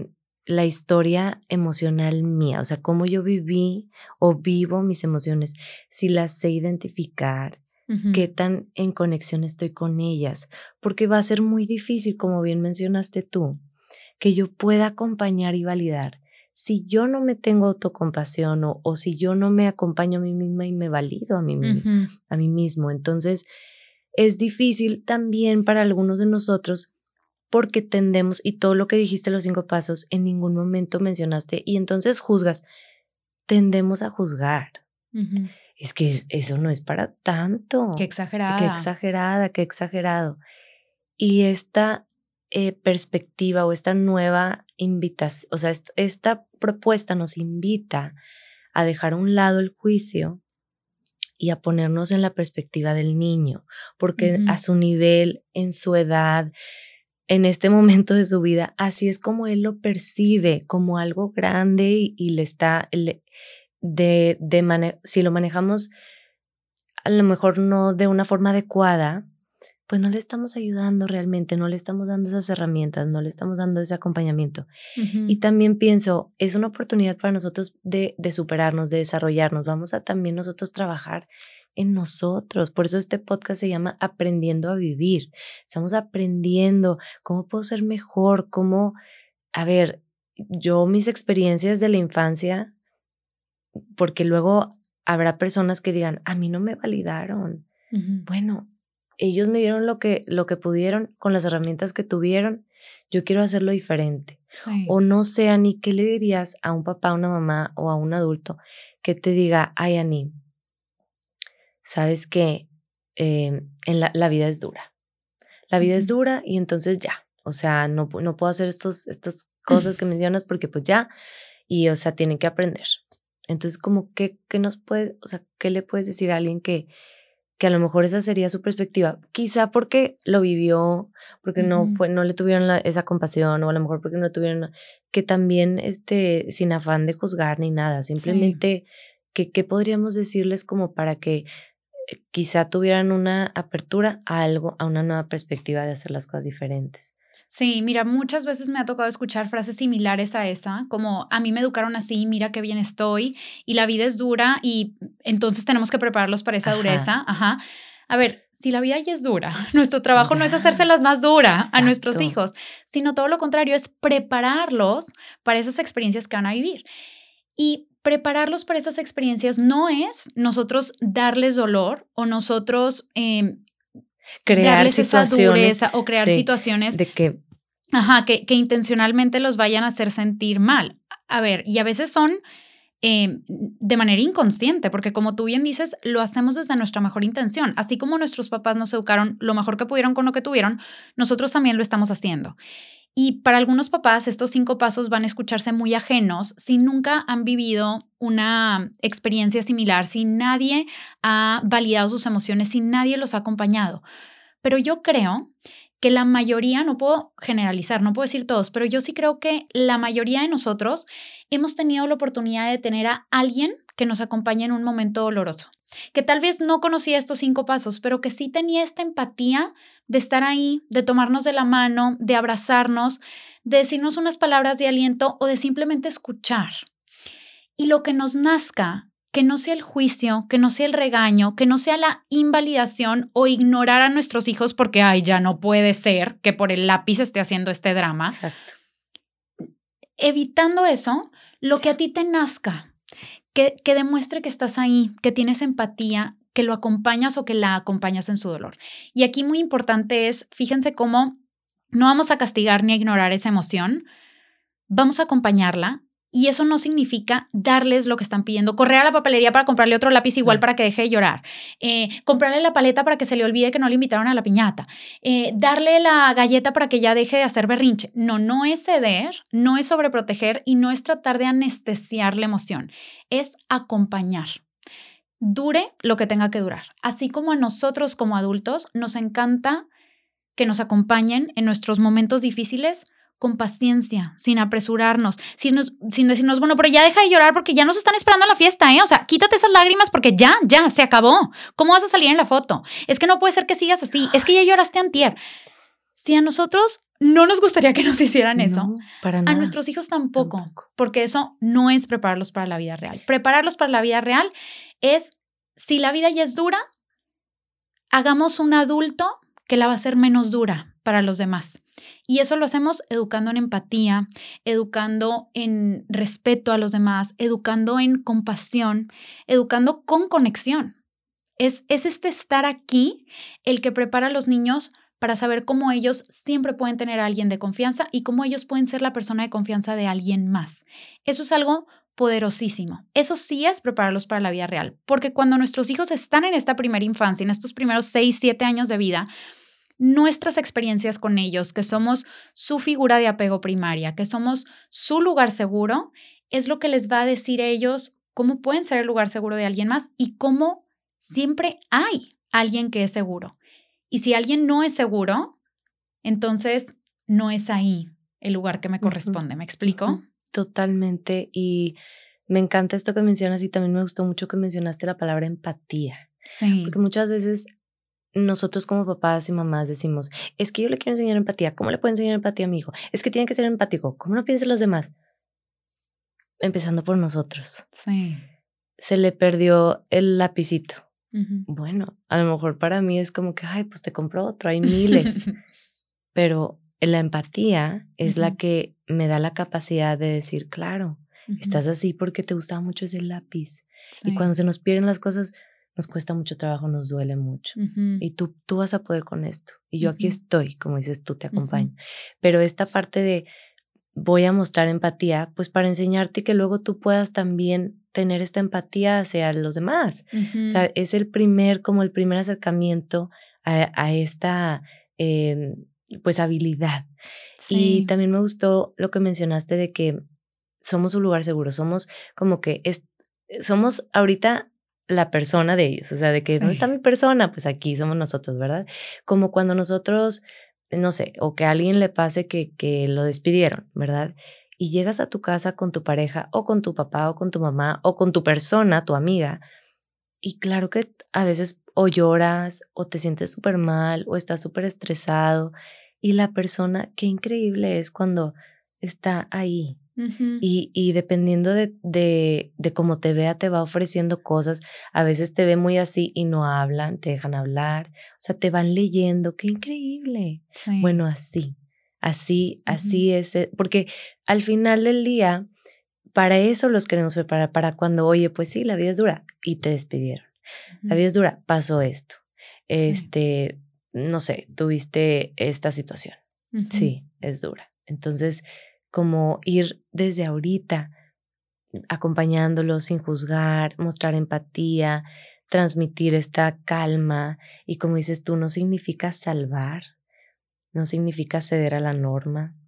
la historia emocional mía, o sea, cómo yo viví o vivo mis emociones, si las sé identificar, uh-huh. qué tan en conexión estoy con ellas, porque va a ser muy difícil, como bien mencionaste tú, que yo pueda acompañar y validar si yo no me tengo autocompasión o, o si yo no me acompaño a mí misma y me valido a mí, uh-huh. a mí mismo. Entonces, es difícil también para algunos de nosotros porque tendemos, y todo lo que dijiste, los cinco pasos, en ningún momento mencionaste, y entonces juzgas, tendemos a juzgar. Uh-huh. Es que eso no es para tanto. Qué exagerada. Qué exagerada, qué exagerado. Y esta eh, perspectiva o esta nueva invitación, o sea, est- esta propuesta nos invita a dejar a un lado el juicio y a ponernos en la perspectiva del niño, porque uh-huh. a su nivel, en su edad, en este momento de su vida, así es como él lo percibe, como algo grande y, y le está, le, de, de mane- si lo manejamos a lo mejor no de una forma adecuada, pues no le estamos ayudando realmente, no le estamos dando esas herramientas, no le estamos dando ese acompañamiento. Uh-huh. Y también pienso, es una oportunidad para nosotros de, de superarnos, de desarrollarnos, vamos a también nosotros trabajar en nosotros. Por eso este podcast se llama Aprendiendo a Vivir. Estamos aprendiendo cómo puedo ser mejor, cómo, a ver, yo mis experiencias de la infancia, porque luego habrá personas que digan, a mí no me validaron. Uh-huh. Bueno, ellos me dieron lo que, lo que pudieron con las herramientas que tuvieron. Yo quiero hacerlo diferente. Sí. O no sé, Ani, ¿qué le dirías a un papá, a una mamá o a un adulto que te diga, ay, Ani, sabes que eh, en la, la vida es dura. La vida uh-huh. es dura y entonces ya. O sea, no, no puedo hacer estos, estas cosas que mencionas porque pues ya. Y, o sea, tienen que aprender. Entonces, como, ¿qué, qué nos puede, o sea, qué le puedes decir a alguien que, que a lo mejor esa sería su perspectiva? Quizá porque lo vivió, porque uh-huh. no fue, no le tuvieron la, esa compasión, o a lo mejor porque no tuvieron, que también, este, sin afán de juzgar ni nada. Simplemente, sí. que, ¿qué podríamos decirles como para que quizá tuvieran una apertura a algo, a una nueva perspectiva de hacer las cosas diferentes? Sí, mira, muchas veces me ha tocado escuchar frases similares a esa, como a mí me educaron así, mira qué bien estoy, y la vida es dura y entonces tenemos que prepararlos para esa Ajá. dureza. Ajá. A ver, si la vida ya es dura, nuestro trabajo ya. no es hacérselas más dura Exacto. a nuestros hijos, sino todo lo contrario, es prepararlos para esas experiencias que van a vivir. Y prepararlos para esas experiencias no es nosotros darles dolor o nosotros eh, crear darles situaciones, esa dureza o crear sí, situaciones de que, ajá, que, que intencionalmente los vayan a hacer sentir mal. A ver, y a veces son eh, de manera inconsciente, porque como tú bien dices, lo hacemos desde nuestra mejor intención. Así como nuestros papás nos educaron lo mejor que pudieron con lo que tuvieron, nosotros también lo estamos haciendo. Y para algunos papás estos cinco pasos van a escucharse muy ajenos si nunca han vivido una experiencia similar, si nadie ha validado sus emociones, si nadie los ha acompañado. Pero yo creo que la mayoría, no puedo generalizar, no puedo decir todos, pero yo sí creo que la mayoría de nosotros hemos tenido la oportunidad de tener a alguien que nos acompañe en un momento doloroso, que tal vez no conocía estos cinco pasos, pero que sí tenía esta empatía de estar ahí, de tomarnos de la mano, de abrazarnos, de decirnos unas palabras de aliento o de simplemente escuchar. Y lo que nos nazca, que no sea el juicio, que no sea el regaño, que no sea la invalidación o ignorar a nuestros hijos porque, ay, ya no puede ser que por el lápiz esté haciendo este drama. Exacto. Evitando eso, lo que a ti te nazca, que, que demuestre que estás ahí, que tienes empatía, que lo acompañas o que la acompañas en su dolor. Y aquí muy importante es, fíjense cómo no vamos a castigar ni a ignorar esa emoción, vamos a acompañarla. Y eso no significa darles lo que están pidiendo, correr a la papelería para comprarle otro lápiz igual no. para que deje de llorar, eh, comprarle la paleta para que se le olvide que no le invitaron a la piñata, eh, darle la galleta para que ya deje de hacer berrinche. No, no es ceder, no es sobreproteger y no es tratar de anestesiar la emoción, es acompañar. Dure lo que tenga que durar. Así como a nosotros como adultos nos encanta que nos acompañen en nuestros momentos difíciles, con paciencia, sin apresurarnos, sin, nos, sin decirnos, bueno, pero ya deja de llorar porque ya nos están esperando a la fiesta, ¿eh? O sea, quítate esas lágrimas porque ya, ya, se acabó. ¿Cómo vas a salir en la foto? Es que no puede ser que sigas así, es que ya lloraste antier. Si a nosotros no nos gustaría que nos hicieran eso, no, para nada. A nuestros hijos tampoco, tampoco, porque eso no es prepararlos para la vida real. Prepararlos para la vida real es, si la vida ya es dura, hagamos un adulto que la va a hacer menos dura para los demás. Y eso lo hacemos educando en empatía, educando en respeto a los demás, educando en compasión, educando con conexión. Es, es este estar aquí el que prepara a los niños para saber cómo ellos siempre pueden tener a alguien de confianza y cómo ellos pueden ser la persona de confianza de alguien más. Eso es algo poderosísimo. Eso sí es prepararlos para la vida real, porque cuando nuestros hijos están en esta primera infancia, en estos primeros seis, siete años de vida, nuestras experiencias con ellos, que somos su figura de apego primaria, que somos su lugar seguro, es lo que les va a decir a ellos cómo pueden ser el lugar seguro de alguien más y cómo siempre hay alguien que es seguro. Y si alguien no es seguro, entonces no es ahí el lugar que me corresponde. ¿Me explico? Totalmente. Y me encanta esto que mencionas y también me gustó mucho que mencionaste la palabra empatía. Sí. Porque muchas veces nosotros como papás y mamás decimos, es que yo le quiero enseñar empatía. ¿Cómo le puedo enseñar empatía a mi hijo? Es que tiene que ser empático. ¿Cómo no piensan los demás? Empezando por nosotros. Sí. Se le perdió el lapicito. Uh-huh. Bueno, a lo mejor para mí es como que, ay, pues te compro otro, hay miles. Pero la empatía es uh-huh. la que me da la capacidad de decir, claro, uh-huh. estás así porque te gustaba mucho ese lápiz. Sí. Y cuando se nos pierden las cosas, nos cuesta mucho trabajo, nos duele mucho. Uh-huh. Y tú, tú vas a poder con esto. Y yo uh-huh. aquí estoy, como dices tú, te acompaño. Uh-huh. Pero esta parte de voy a mostrar empatía, pues para enseñarte que luego tú puedas también tener esta empatía hacia los demás. Uh-huh. O sea, es el primer, como el primer acercamiento a, a esta eh, pues habilidad. Sí. Y también me gustó lo que mencionaste de que somos un lugar seguro, somos como que es, somos ahorita la persona de ellos, o sea, de que sí. ¿dónde está mi persona? Pues aquí somos nosotros, ¿verdad? Como cuando nosotros, no sé, o que a alguien le pase que, que lo despidieron, ¿verdad? Y llegas a tu casa con tu pareja o con tu papá o con tu mamá o con tu persona, tu amiga, y claro que a veces o lloras o te sientes súper mal o estás súper estresado y la persona, qué increíble es cuando está ahí. Uh-huh. Y, y dependiendo de, de, de cómo te vea, te va ofreciendo cosas. A veces te ve muy así y no hablan, te dejan hablar. O sea, te van leyendo. ¡Qué increíble! Sí. Bueno, así, así, uh-huh. así es. Porque al final del día, para eso los queremos preparar. Para cuando, oye, pues sí, la vida es dura y te despidieron. Uh-huh. La vida es dura, pasó esto. Este, sí. no sé, tuviste esta situación. Uh-huh. Sí, es dura. Entonces, como ir desde ahorita acompañándolos sin juzgar, mostrar empatía, transmitir esta calma y como dices tú, no significa salvar, no significa ceder a la norma,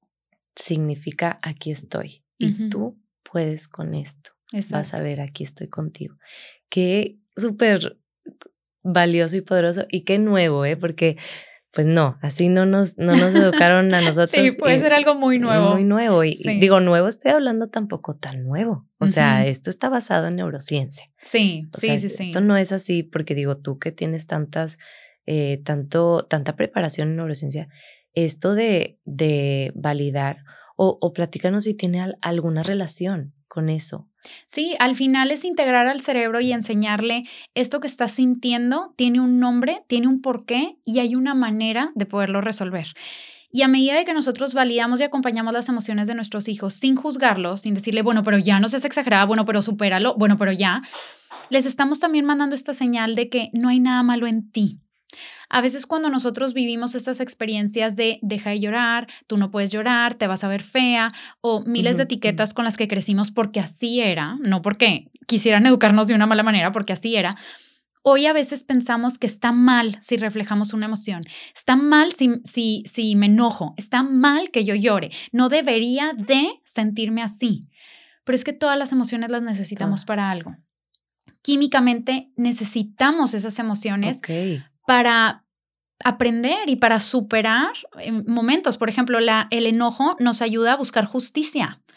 significa aquí estoy y uh-huh. tú puedes con esto. Exacto. Vas a ver, aquí estoy contigo. Qué súper valioso y poderoso y qué nuevo, ¿eh? Porque pues no, así no nos, no nos educaron a nosotros. Sí, puede y, ser algo muy nuevo. Muy nuevo. Y, sí. y digo, nuevo estoy hablando tampoco tan nuevo. O uh-huh. sea, esto está basado en neurociencia. Sí, o sí, sea, sí, sí. Esto no es así porque digo, tú que tienes tantas, eh, tanto, tanta preparación en neurociencia, esto de, de validar o, o platícanos si tiene al, alguna relación con eso. Sí, al final es integrar al cerebro y enseñarle esto que estás sintiendo tiene un nombre, tiene un porqué y hay una manera de poderlo resolver. Y a medida de que nosotros validamos y acompañamos las emociones de nuestros hijos sin juzgarlos, sin decirle, bueno, pero ya no seas exagerada, bueno, pero supéralo, bueno, pero ya, les estamos también mandando esta señal de que no hay nada malo en ti. A veces cuando nosotros vivimos estas experiencias de deja de llorar, tú no puedes llorar, te vas a ver fea o miles uh-huh. de etiquetas con las que crecimos porque así era, no porque quisieran educarnos de una mala manera, porque así era. Hoy a veces pensamos que está mal si reflejamos una emoción, está mal si, si, si me enojo, está mal que yo llore, no debería de sentirme así. Pero es que todas las emociones las necesitamos todas. Para algo. Químicamente necesitamos esas emociones okay. para aprender y para superar momentos. Por ejemplo, la, el enojo nos ayuda a buscar justicia.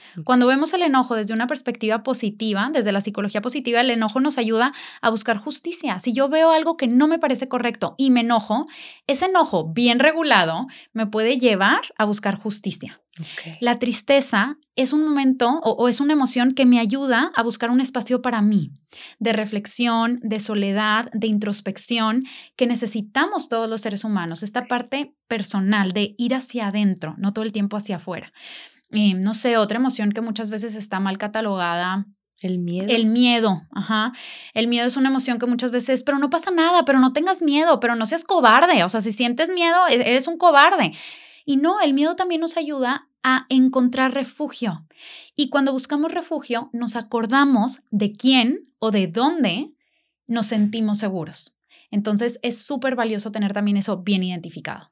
Cuando vemos el enojo desde una perspectiva positiva, desde la psicología positiva, el enojo nos ayuda a buscar justicia. Si yo veo algo que no me parece correcto y me enojo, ese enojo bien regulado me puede llevar a buscar justicia. Okay. La tristeza es un momento o, o es una emoción que me ayuda a buscar un espacio para mí, de reflexión, de soledad, de introspección, que necesitamos todos los seres humanos, esta parte personal de ir hacia adentro, no todo el tiempo hacia afuera. Eh, no sé, otra emoción que muchas veces está mal catalogada. El miedo. El miedo, ajá. El miedo es una emoción que muchas veces, pero no pasa nada, pero no tengas miedo, pero no seas cobarde. O sea, si sientes miedo, eres un cobarde. Y no, el miedo también nos ayuda a encontrar refugio. Y cuando buscamos refugio, nos acordamos de quién o de dónde nos sentimos seguros. Entonces, es súper valioso tener también eso bien identificado.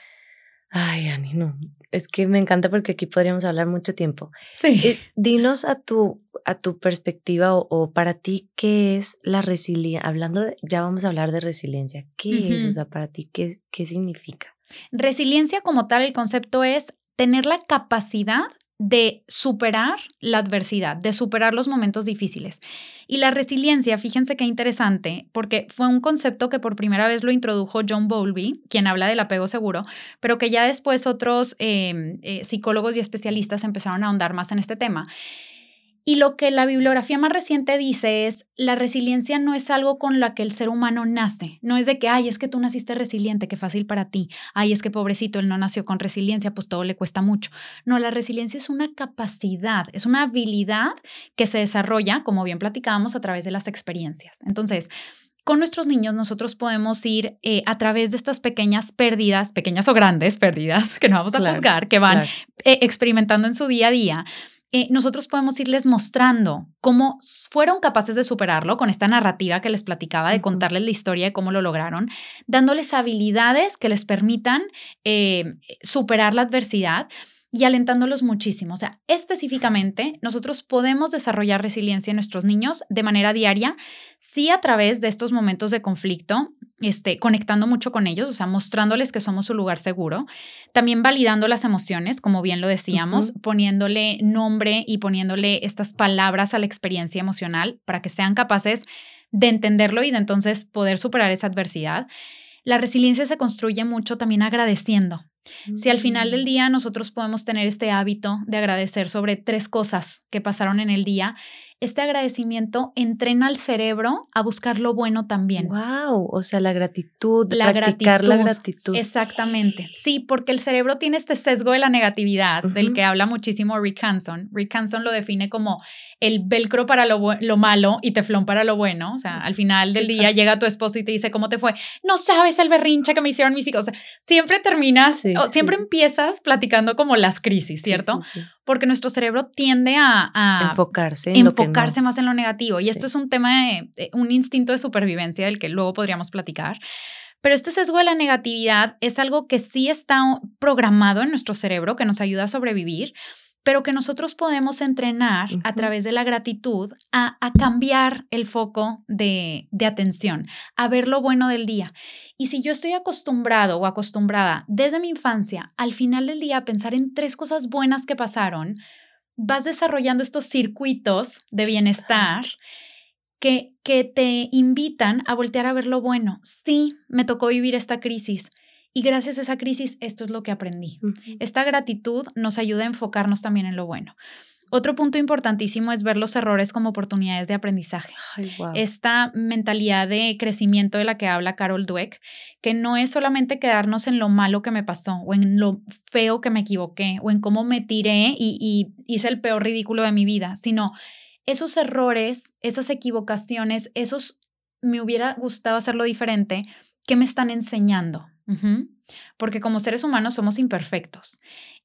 Ay, Ani, no. Es que me encanta porque aquí podríamos hablar mucho tiempo. Sí. Eh, dinos a tu, a tu perspectiva o, o para ti, ¿qué es la resiliencia? Hablando de, ya vamos a hablar de resiliencia. ¿Qué uh-huh. es? O sea, para ti, ¿qué, qué significa? Resiliencia como tal, el concepto es tener la capacidad de superar la adversidad, de superar los momentos difíciles. Y la resiliencia, fíjense qué interesante, porque fue un concepto que por primera vez lo introdujo John Bowlby, quien habla del apego seguro, pero que ya después otros eh, eh, psicólogos y especialistas empezaron a ahondar más en este tema. Y lo que la bibliografía más reciente dice es, la resiliencia no es algo con la que el ser humano nace. No es de que, ay, es que tú naciste resiliente, qué fácil para ti. Ay, es que pobrecito, él no nació con resiliencia, pues todo le cuesta mucho. No, la resiliencia es una capacidad, es una habilidad que se desarrolla, como bien platicábamos, a través de las experiencias. Entonces, con nuestros niños nosotros podemos ir eh, a través de estas pequeñas pérdidas, pequeñas o grandes pérdidas, que no vamos a claro, juzgar, que van claro. eh, experimentando en su día a día. Eh, nosotros podemos irles mostrando cómo fueron capaces de superarlo con esta narrativa que les platicaba, de uh-huh. contarles la historia de cómo lo lograron, dándoles habilidades que les permitan eh, superar la adversidad y alentándolos muchísimo. O sea, específicamente, nosotros podemos desarrollar resiliencia en nuestros niños de manera diaria, sí a través de estos momentos de conflicto, este, conectando mucho con ellos, o sea, mostrándoles que somos su lugar seguro, también validando las emociones, como bien lo decíamos, uh-huh. poniéndole nombre y poniéndole estas palabras a la experiencia emocional para que sean capaces de entenderlo y de entonces poder superar esa adversidad. La resiliencia se construye mucho también agradeciendo. Si al final del día nosotros podemos tener este hábito de agradecer sobre tres cosas que pasaron en el día, este agradecimiento entrena al cerebro a buscar lo bueno también. Wow, o sea, la gratitud, la practicar gratitud, la gratitud. Exactamente. Sí, porque el cerebro tiene este sesgo de la negatividad, uh-huh. del que habla muchísimo Rick Hanson. Rick Hanson lo define como el velcro para lo, bu- lo malo y teflón para lo bueno. O sea, al final del día llega tu esposo y te dice, ¿cómo te fue? No sabes el berrinche que me hicieron mis hijos. O sea, siempre terminas, sí, o siempre sí, empiezas sí. platicando como las crisis, ¿cierto? Sí, sí, sí. Porque nuestro cerebro tiende a, a enfocarse en enfocarse lo que no. más en lo negativo. Y sí. esto es un tema, de, un instinto de supervivencia del que luego podríamos platicar. Pero este sesgo de la negatividad es algo que sí está programado en nuestro cerebro, que nos ayuda a sobrevivir, pero que nosotros podemos entrenar uh-huh. a través de la gratitud a, a cambiar el foco de, de atención, a ver lo bueno del día. Y si yo estoy acostumbrado o acostumbrada desde mi infancia, al final del día, a pensar en tres cosas buenas que pasaron, vas desarrollando estos circuitos de bienestar que, que te invitan a voltear a ver lo bueno. Sí, me tocó vivir esta crisis. Y gracias a esa crisis, esto es lo que aprendí. Uh-huh. Esta gratitud nos ayuda a enfocarnos también en lo bueno. Otro punto importantísimo es ver los errores como oportunidades de aprendizaje. Ay, wow. Esta mentalidad de crecimiento de la que habla Carol Dweck, que no es solamente quedarnos en lo malo que me pasó o en lo feo que me equivoqué o en cómo me tiré y, y hice el peor ridículo de mi vida, sino esos errores, esas equivocaciones, esos me hubiera gustado hacerlo diferente, que me están enseñando. Uh-huh. Porque como seres humanos somos imperfectos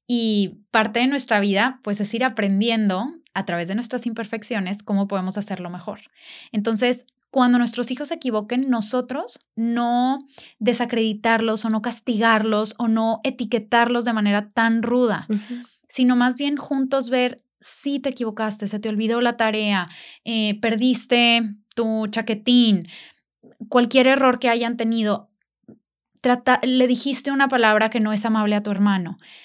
y parte de nuestra vida pues es ir aprendiendo a través de nuestras imperfecciones cómo podemos hacerlo mejor. Entonces, cuando nuestros hijos se equivoquen, nosotros no desacreditarlos o no castigarlos o no etiquetarlos de manera tan ruda, uh-huh. sino más bien juntos ver si sí te equivocaste, se te olvidó la tarea, eh, perdiste tu chaquetín, cualquier error que hayan tenido. Trata, le dijiste una palabra que no es amable a tu hermano.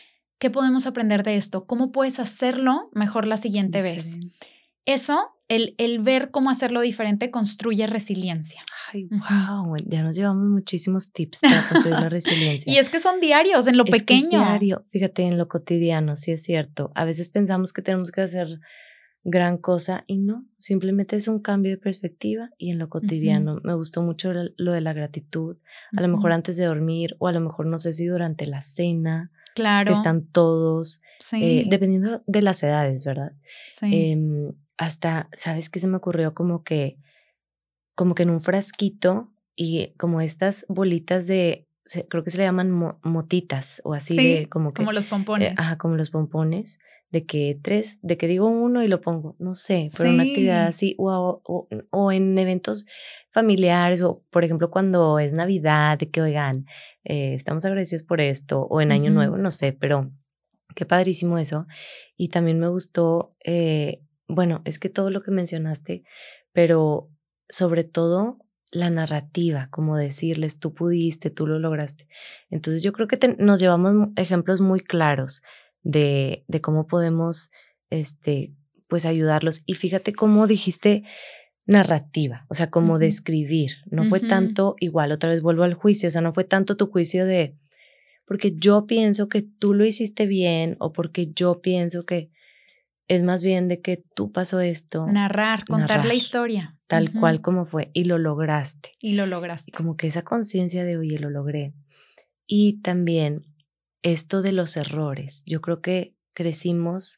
¿qué podemos aprender de esto? ¿Cómo puedes hacerlo mejor la siguiente diferente. vez? Eso, el, el ver cómo hacerlo diferente construye resiliencia. Ay, wow, uh-huh. Ya nos llevamos muchísimos tips para construir la resiliencia. Y es que son diarios, en lo es pequeño. Que es diario, fíjate, en lo cotidiano, sí es cierto. A veces pensamos que tenemos que hacer gran cosa y no, simplemente es un cambio de perspectiva y en lo cotidiano. Uh-huh. Me gustó mucho lo de la gratitud, a uh-huh. lo mejor antes de dormir o a lo mejor no sé si durante la cena. Claro. Que están todos, sí. eh, dependiendo de las edades, ¿verdad? Sí. Eh, hasta, ¿sabes qué se me ocurrió? Como que, como que en un frasquito y como estas bolitas de, se, creo que se le llaman mo, motitas o así sí, de como que. Como los pompones. Eh, ajá, como los pompones. De que tres, de que digo uno y lo pongo, no sé, pero sí. Una actividad así, o, o, o en eventos familiares, o por ejemplo cuando es Navidad, de que oigan, eh, estamos agradecidos por esto, o en Año uh-huh. Nuevo, no sé, pero qué padrísimo eso. Y también me gustó, eh, bueno, es que todo lo que mencionaste, pero sobre todo la narrativa, como decirles, tú pudiste, tú lo lograste. Entonces yo creo que te, nos llevamos ejemplos muy claros De, de cómo podemos este, pues ayudarlos. Y fíjate cómo dijiste narrativa, o sea, como uh-huh. describir. No uh-huh. fue tanto, igual otra vez vuelvo al juicio, o sea, no fue tanto tu juicio de porque yo pienso que tú lo hiciste bien o porque yo pienso que es más bien de que tú pasó esto. Narrar, contar narrar, la historia. Tal uh-huh. cual como fue y lo lograste. Y lo lograste. Y como que esa conciencia de, oye, lo logré. Y también esto de los errores, yo creo que crecimos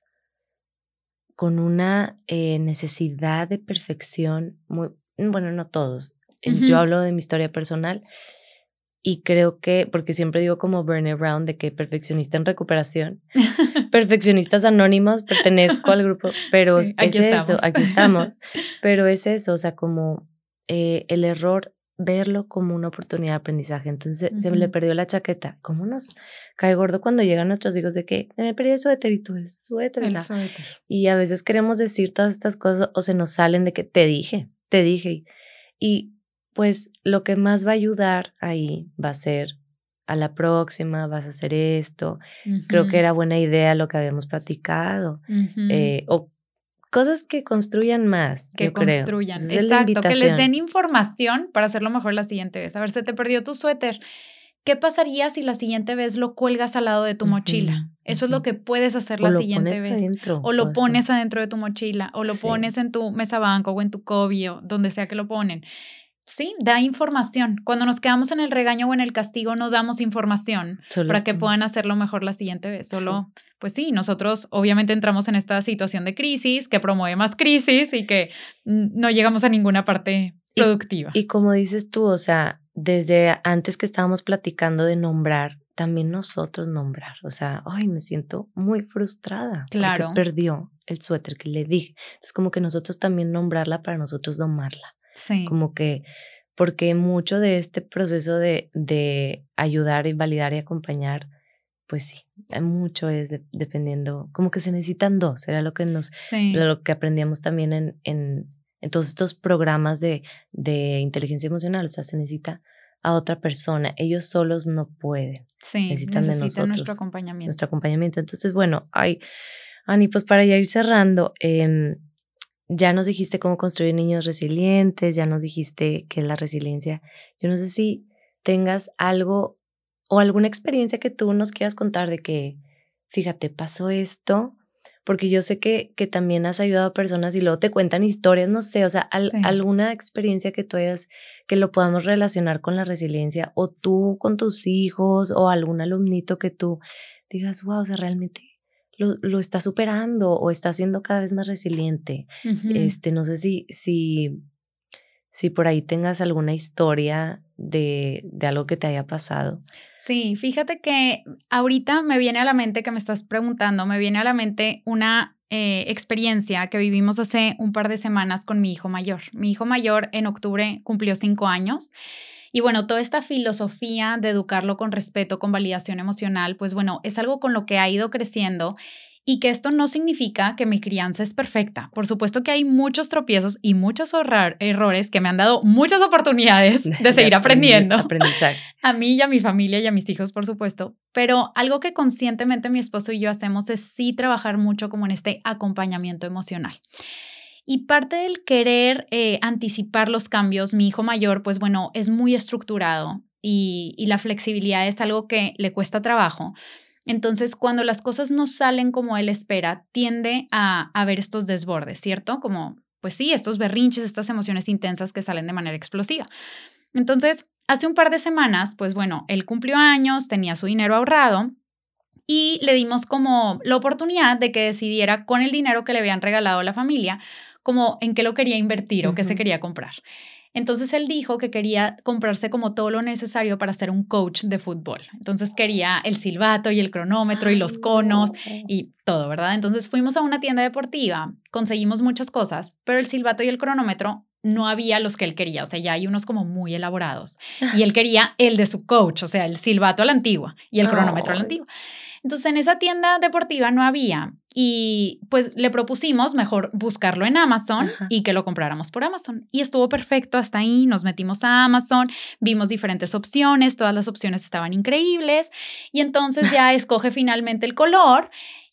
con una eh, necesidad de perfección muy, bueno, no todos, uh-huh. yo hablo de mi historia personal y creo que, porque siempre digo como Brené Brown de que perfeccionista en recuperación, perfeccionistas anónimos, pertenezco al grupo, pero sí, es estamos. eso, aquí estamos, pero es eso, o sea, como eh, el error, verlo como una oportunidad de aprendizaje. Entonces uh-huh. se me le perdió la chaqueta. ¿Cómo nos cae gordo cuando llegan nuestros hijos de que me perdió el suéter y tú el suéter? El o sea, suéter. Y a veces queremos decir todas estas cosas o se nos salen de que te dije, te dije. Y pues lo que más va a ayudar ahí va a ser a la próxima, vas a hacer esto. Uh-huh. Creo que era buena idea lo que habíamos platicado. Uh-huh. Eh, o cosas que construyan más. Que yo construyan, creo. exacto, que les den información para hacerlo mejor la siguiente vez. A ver, se te perdió tu suéter. ¿Qué pasaría si la siguiente vez lo cuelgas al lado de tu uh-huh, mochila? Eso uh-huh. es lo que puedes hacer o la lo siguiente pones vez. Adentro, o lo o pones sea. adentro de tu mochila, o lo Sí. pones en tu mesa banco o en tu cubby o donde sea que lo ponen. Sí, da información. Cuando nos quedamos en el regaño o en el castigo, no damos información Solo para estamos. que puedan hacerlo mejor la siguiente vez. Solo, sí. pues sí, nosotros obviamente entramos en esta situación de crisis que promueve más crisis y que no llegamos a ninguna parte productiva. Y, y como dices tú, o sea, desde antes que estábamos platicando de nombrar, también nosotros nombrar. O sea, ay, me siento muy frustrada. Claro. Porque perdió el suéter que le dije. Es como que nosotros también nombrarla para nosotros domarla. Sí. Como que, porque mucho de este proceso de, de ayudar y validar y acompañar, pues sí, mucho es de, dependiendo, como que se necesitan dos, era lo que nos, sí. era lo que aprendíamos también en, en, en todos estos programas de, de inteligencia emocional, o sea, se necesita a otra persona, ellos solos no pueden, sí, necesitan, necesitan de nosotros nuestro acompañamiento. Nuestro acompañamiento. Entonces, bueno, ay, Ani, pues para ya ir cerrando, eh, ya nos dijiste cómo construir niños resilientes, ya nos dijiste qué es la resiliencia. Yo no sé si tengas algo o alguna experiencia que tú nos quieras contar de que, fíjate, pasó esto, porque yo sé que, que también has ayudado a personas y luego te cuentan historias, no sé, o sea, al, sí. alguna experiencia que tú hayas, que lo podamos relacionar con la resiliencia, o tú con tus hijos, o algún alumnito que tú digas, wow, o sea, realmente Lo, lo está superando o está siendo cada vez más resiliente. Uh-huh. Este, no sé si, si, si por ahí tengas alguna historia de, de algo que te haya pasado. Sí, fíjate que ahorita me viene a la mente que me estás preguntando, me viene a la mente una eh, experiencia que vivimos hace un par de semanas con mi hijo mayor. Mi hijo mayor en octubre cumplió cinco años. Y bueno, toda esta filosofía de educarlo con respeto, con validación emocional, pues bueno, es algo con lo que ha ido creciendo y que esto no significa que mi crianza es perfecta. Por supuesto que hay muchos tropiezos y muchos horror, errores que me han dado muchas oportunidades de seguir de aprendiendo. Aprendizaje. A mí y a mi familia y a mis hijos, por supuesto. Pero algo que conscientemente mi esposo y yo hacemos es sí trabajar mucho como en este acompañamiento emocional. Y parte del querer eh, anticipar los cambios, mi hijo mayor, pues bueno, es muy estructurado y, y la flexibilidad es algo que le cuesta trabajo. Entonces, cuando las cosas no salen como él espera, tiende a, a ver estos desbordes, ¿cierto? Como, pues sí, estos berrinches, estas emociones intensas que salen de manera explosiva. Entonces, hace un par de semanas, pues bueno, él cumplió años, tenía su dinero ahorrado y le dimos como la oportunidad de que decidiera con el dinero que le habían regalado a la familia, como en qué lo quería invertir uh-huh. o qué se quería comprar. Entonces él dijo que quería comprarse como todo lo necesario para ser un coach de fútbol. Entonces quería el silbato y el cronómetro Ay, y los conos no. y todo, ¿verdad? Entonces fuimos a una tienda deportiva, conseguimos muchas cosas, pero el silbato y el cronómetro no había los que él quería. O sea, ya hay unos como muy elaborados. Y él quería el de su coach, o sea, el silbato a la antigua y el cronómetro a la antigua. Entonces en esa tienda deportiva no había y pues le propusimos mejor buscarlo en Amazon Ajá. y que lo compráramos por Amazon. Y estuvo perfecto hasta ahí, nos metimos a Amazon, vimos diferentes opciones, todas las opciones estaban increíbles y entonces ya escoge finalmente el color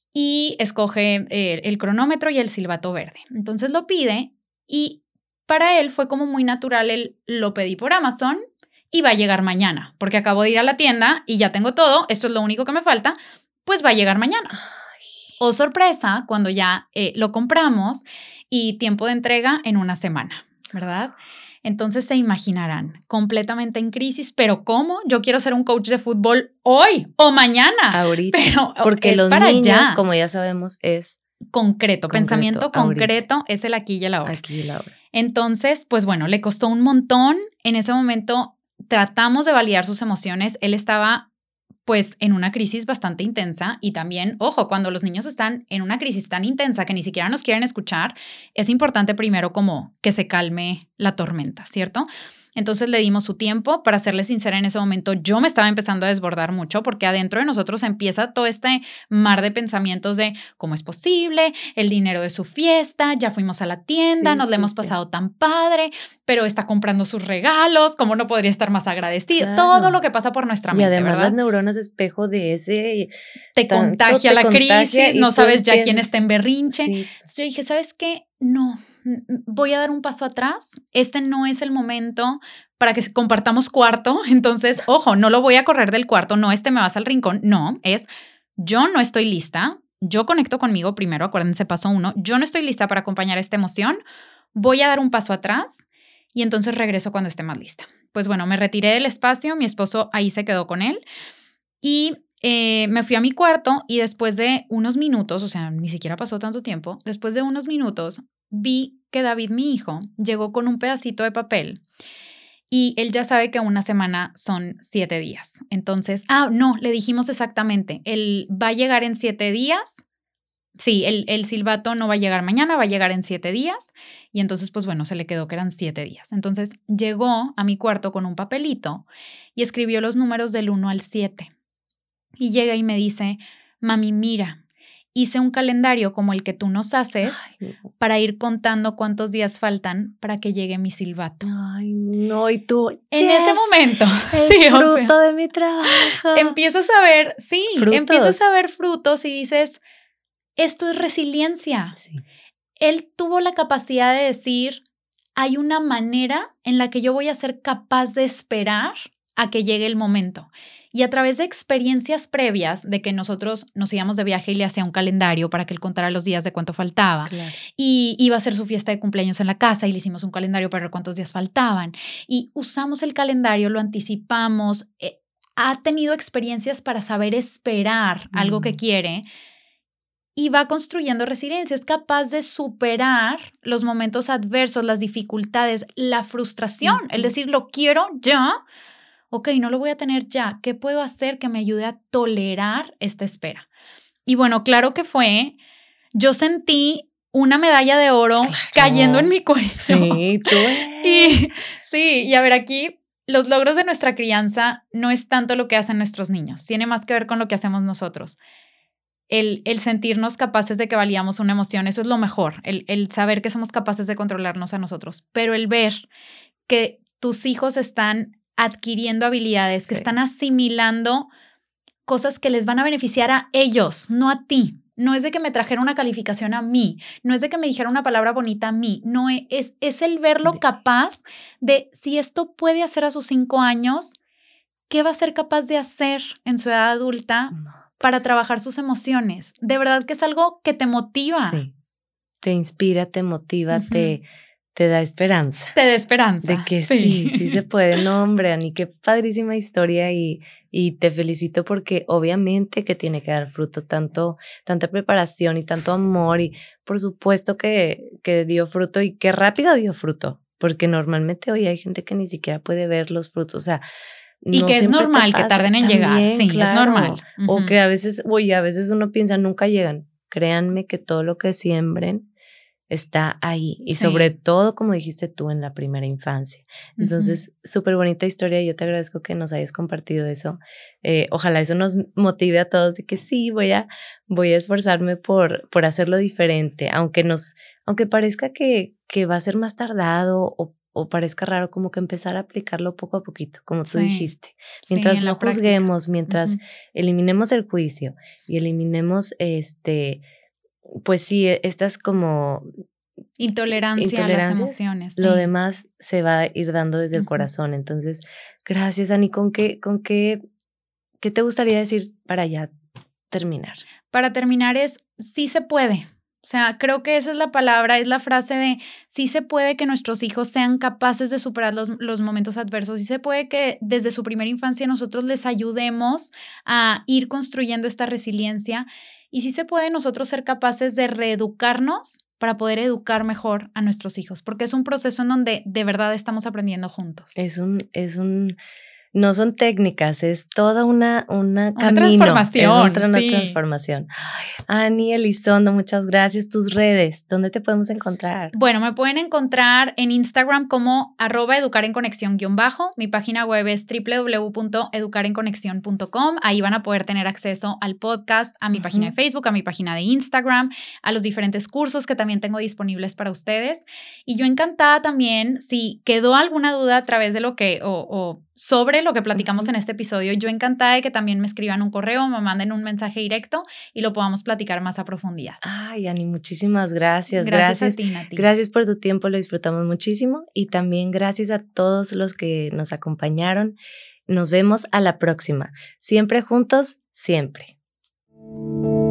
y escoge eh, el cronómetro y el silbato verde. Entonces lo pide y para él fue como muy natural el lo pedí por Amazon y va a llegar mañana porque acabo de ir a la tienda y ya tengo todo, esto es lo único que me falta. Pues va a llegar mañana. Ay. Oh, sorpresa, cuando ya eh, lo compramos y tiempo de entrega en una semana, ¿verdad? Entonces se imaginarán, completamente en crisis, pero ¿cómo? Yo quiero ser un coach de fútbol hoy o mañana. Ahorita. Pero porque es los para niños, allá. Como ya sabemos, es concreto, concreto pensamiento ahorita. concreto es el aquí y el ahora. Aquí y el ahora. Entonces, pues bueno, le costó un montón. En ese momento tratamos de validar sus emociones. Él estaba pues en una crisis bastante intensa y también, ojo, cuando los niños están en una crisis tan intensa que ni siquiera nos quieren escuchar, es importante primero como que se calme la tormenta, ¿cierto? Entonces le dimos su tiempo. Para serle sincera, en ese momento yo me estaba empezando a desbordar mucho porque adentro de nosotros empieza todo este mar de pensamientos de cómo es posible, el dinero de su fiesta, ya fuimos a la tienda, sí, nos sí, le hemos sí. pasado tan padre, pero está comprando sus regalos, cómo no podría estar más agradecido, claro. Todo lo que pasa por nuestra mente, y además ¿verdad? Las neuronas espejo de ese... Te contagia te la contagia crisis, no sabes ya quién está en berrinche. Sí. Entonces yo dije, ¿sabes qué? No, voy a dar un paso atrás. Este no es el momento para que compartamos cuarto. Entonces, ojo, no lo voy a correr del cuarto. No, este me vas al rincón. No, es yo no estoy lista. Yo conecto conmigo primero. Acuérdense, paso uno. Yo no estoy lista para acompañar esta emoción. Voy a dar un paso atrás y entonces regreso cuando esté más lista. Pues bueno, me retiré del espacio. Mi esposo ahí se quedó con él y Eh, me fui a mi cuarto y después de unos minutos, o sea, ni siquiera pasó tanto tiempo, después de unos minutos vi que David, mi hijo, llegó con un pedacito de papel y él ya sabe que una semana son siete días. Entonces, ah, no, le dijimos exactamente, él va a llegar en siete días. Sí, el, el silbato no va a llegar mañana, va a llegar en siete días. Y entonces, pues bueno, se le quedó que eran siete días. Entonces, llegó a mi cuarto con un papelito y escribió los números del uno al siete. Y llega y me dice, mami, mira, hice un calendario como el que tú nos haces Ay, no. para ir contando cuántos días faltan para que llegue mi silbato. Ay, no, y tú, en yes, ese momento, el sí, fruto o sea, de mi trabajo. Empiezas a ver, sí, frutos. empiezas a ver frutos y dices, esto es resiliencia. Sí. Él tuvo la capacidad de decir, hay una manera en la que yo voy a ser capaz de esperar a que llegue el momento. Y a través de experiencias previas de que nosotros nos íbamos de viaje y le hacía un calendario para que él contara los días de cuánto faltaba. Claro. Y iba a hacer su fiesta de cumpleaños en la casa y le hicimos un calendario para ver cuántos días faltaban. Y usamos el calendario, lo anticipamos. Eh, ha tenido experiencias para saber esperar mm. algo que quiere y va construyendo resiliencia. Es capaz de superar los momentos adversos, las dificultades, la frustración. Mm. El decir, lo quiero ya. Ok, no lo voy a tener ya. ¿Qué puedo hacer que me ayude a tolerar esta espera? Y bueno, claro que fue. Yo sentí una medalla de oro claro. cayendo en mi cuello. Sí, tú. Y, sí, y a ver, aquí los logros de nuestra crianza no es tanto lo que hacen nuestros niños. Tiene más que ver con lo que hacemos nosotros. el, el sentirnos capaces de que valíamos una emoción, eso es lo mejor, el, el saber que somos capaces de controlarnos a nosotros, pero el ver que tus hijos están adquiriendo habilidades, sí. que están asimilando cosas que les van a beneficiar a ellos, no a ti. No es de que me trajera una calificación a mí, no es de que me dijera una palabra bonita a mí, no es, es el verlo capaz de si esto puede hacer a sus cinco años, ¿qué va a ser capaz de hacer en su edad adulta no, pues, para trabajar sus emociones? De verdad que es algo que te motiva. Sí, te inspira, te motiva, uh-huh. te, te da esperanza. Te da esperanza. De que sí, sí, sí se puede. No, hombre, Ani, qué padrísima historia y... Y te felicito porque obviamente que tiene que dar fruto, tanto, tanta preparación y tanto amor y por supuesto que, que dio fruto y qué rápido dio fruto, porque normalmente hoy hay gente que ni siquiera puede ver los frutos, o sea, y no que es normal que tarden en también, llegar, sí, claro. es normal. Uh-huh. O que a veces, oye, a veces uno piensa nunca llegan, créanme que todo lo que siembren está ahí y sí. sobre todo, como dijiste tú, en la primera infancia. Entonces, uh-huh. súper bonita historia y yo te agradezco que nos hayas compartido eso. Eh, ojalá eso nos motive a todos de que sí, voy a, voy a esforzarme por, por hacerlo diferente, aunque nos, aunque parezca que, que va a ser más tardado o, o parezca raro, como que empezar a aplicarlo poco a poquito, como tú sí. dijiste. Mientras sí, no juzguemos, mientras uh-huh. eliminemos el juicio y eliminemos este... pues sí, estas como intolerancia a las emociones. Sí. Lo demás se va a ir dando desde uh-huh. el corazón. Entonces, gracias, Ani. ¿Con qué, con qué, qué te gustaría decir para ya terminar? Para terminar es, sí se puede. O sea, creo que esa es la palabra, es la frase de sí se puede que nuestros hijos sean capaces de superar los, los momentos adversos, sí se puede que desde su primera infancia nosotros les ayudemos a ir construyendo esta resiliencia y sí se puede nosotros ser capaces de reeducarnos para poder educar mejor a nuestros hijos, porque es un proceso en donde de verdad estamos aprendiendo juntos. Es un, es un, no son técnicas, es toda una, una, una camino. transformación. Es otra, una sí. transformación. Ay, Ani Elizondo, muchas gracias. Tus redes, ¿dónde te podemos encontrar? Bueno, me pueden encontrar en Instagram como arroba educar en conexión guión bajo. Mi página web es doble u doble u doble u punto educar en conexión punto com. Ahí van a poder tener acceso al podcast, a mi uh-huh. página de Facebook, a mi página de Instagram, a los diferentes cursos que también tengo disponibles para ustedes. Y yo encantada también, si quedó alguna duda a través de lo que, o, o sobre lo que platicamos uh-huh. en este episodio, yo encantada de que también me escriban un correo, me manden un mensaje directo y lo podamos platicar más a profundidad. Ay, Ani, muchísimas gracias. Gracias, gracias a ti, Nati. Gracias por tu tiempo, lo disfrutamos muchísimo y también gracias a todos los que nos acompañaron. Nos vemos a la próxima. Siempre juntos, siempre.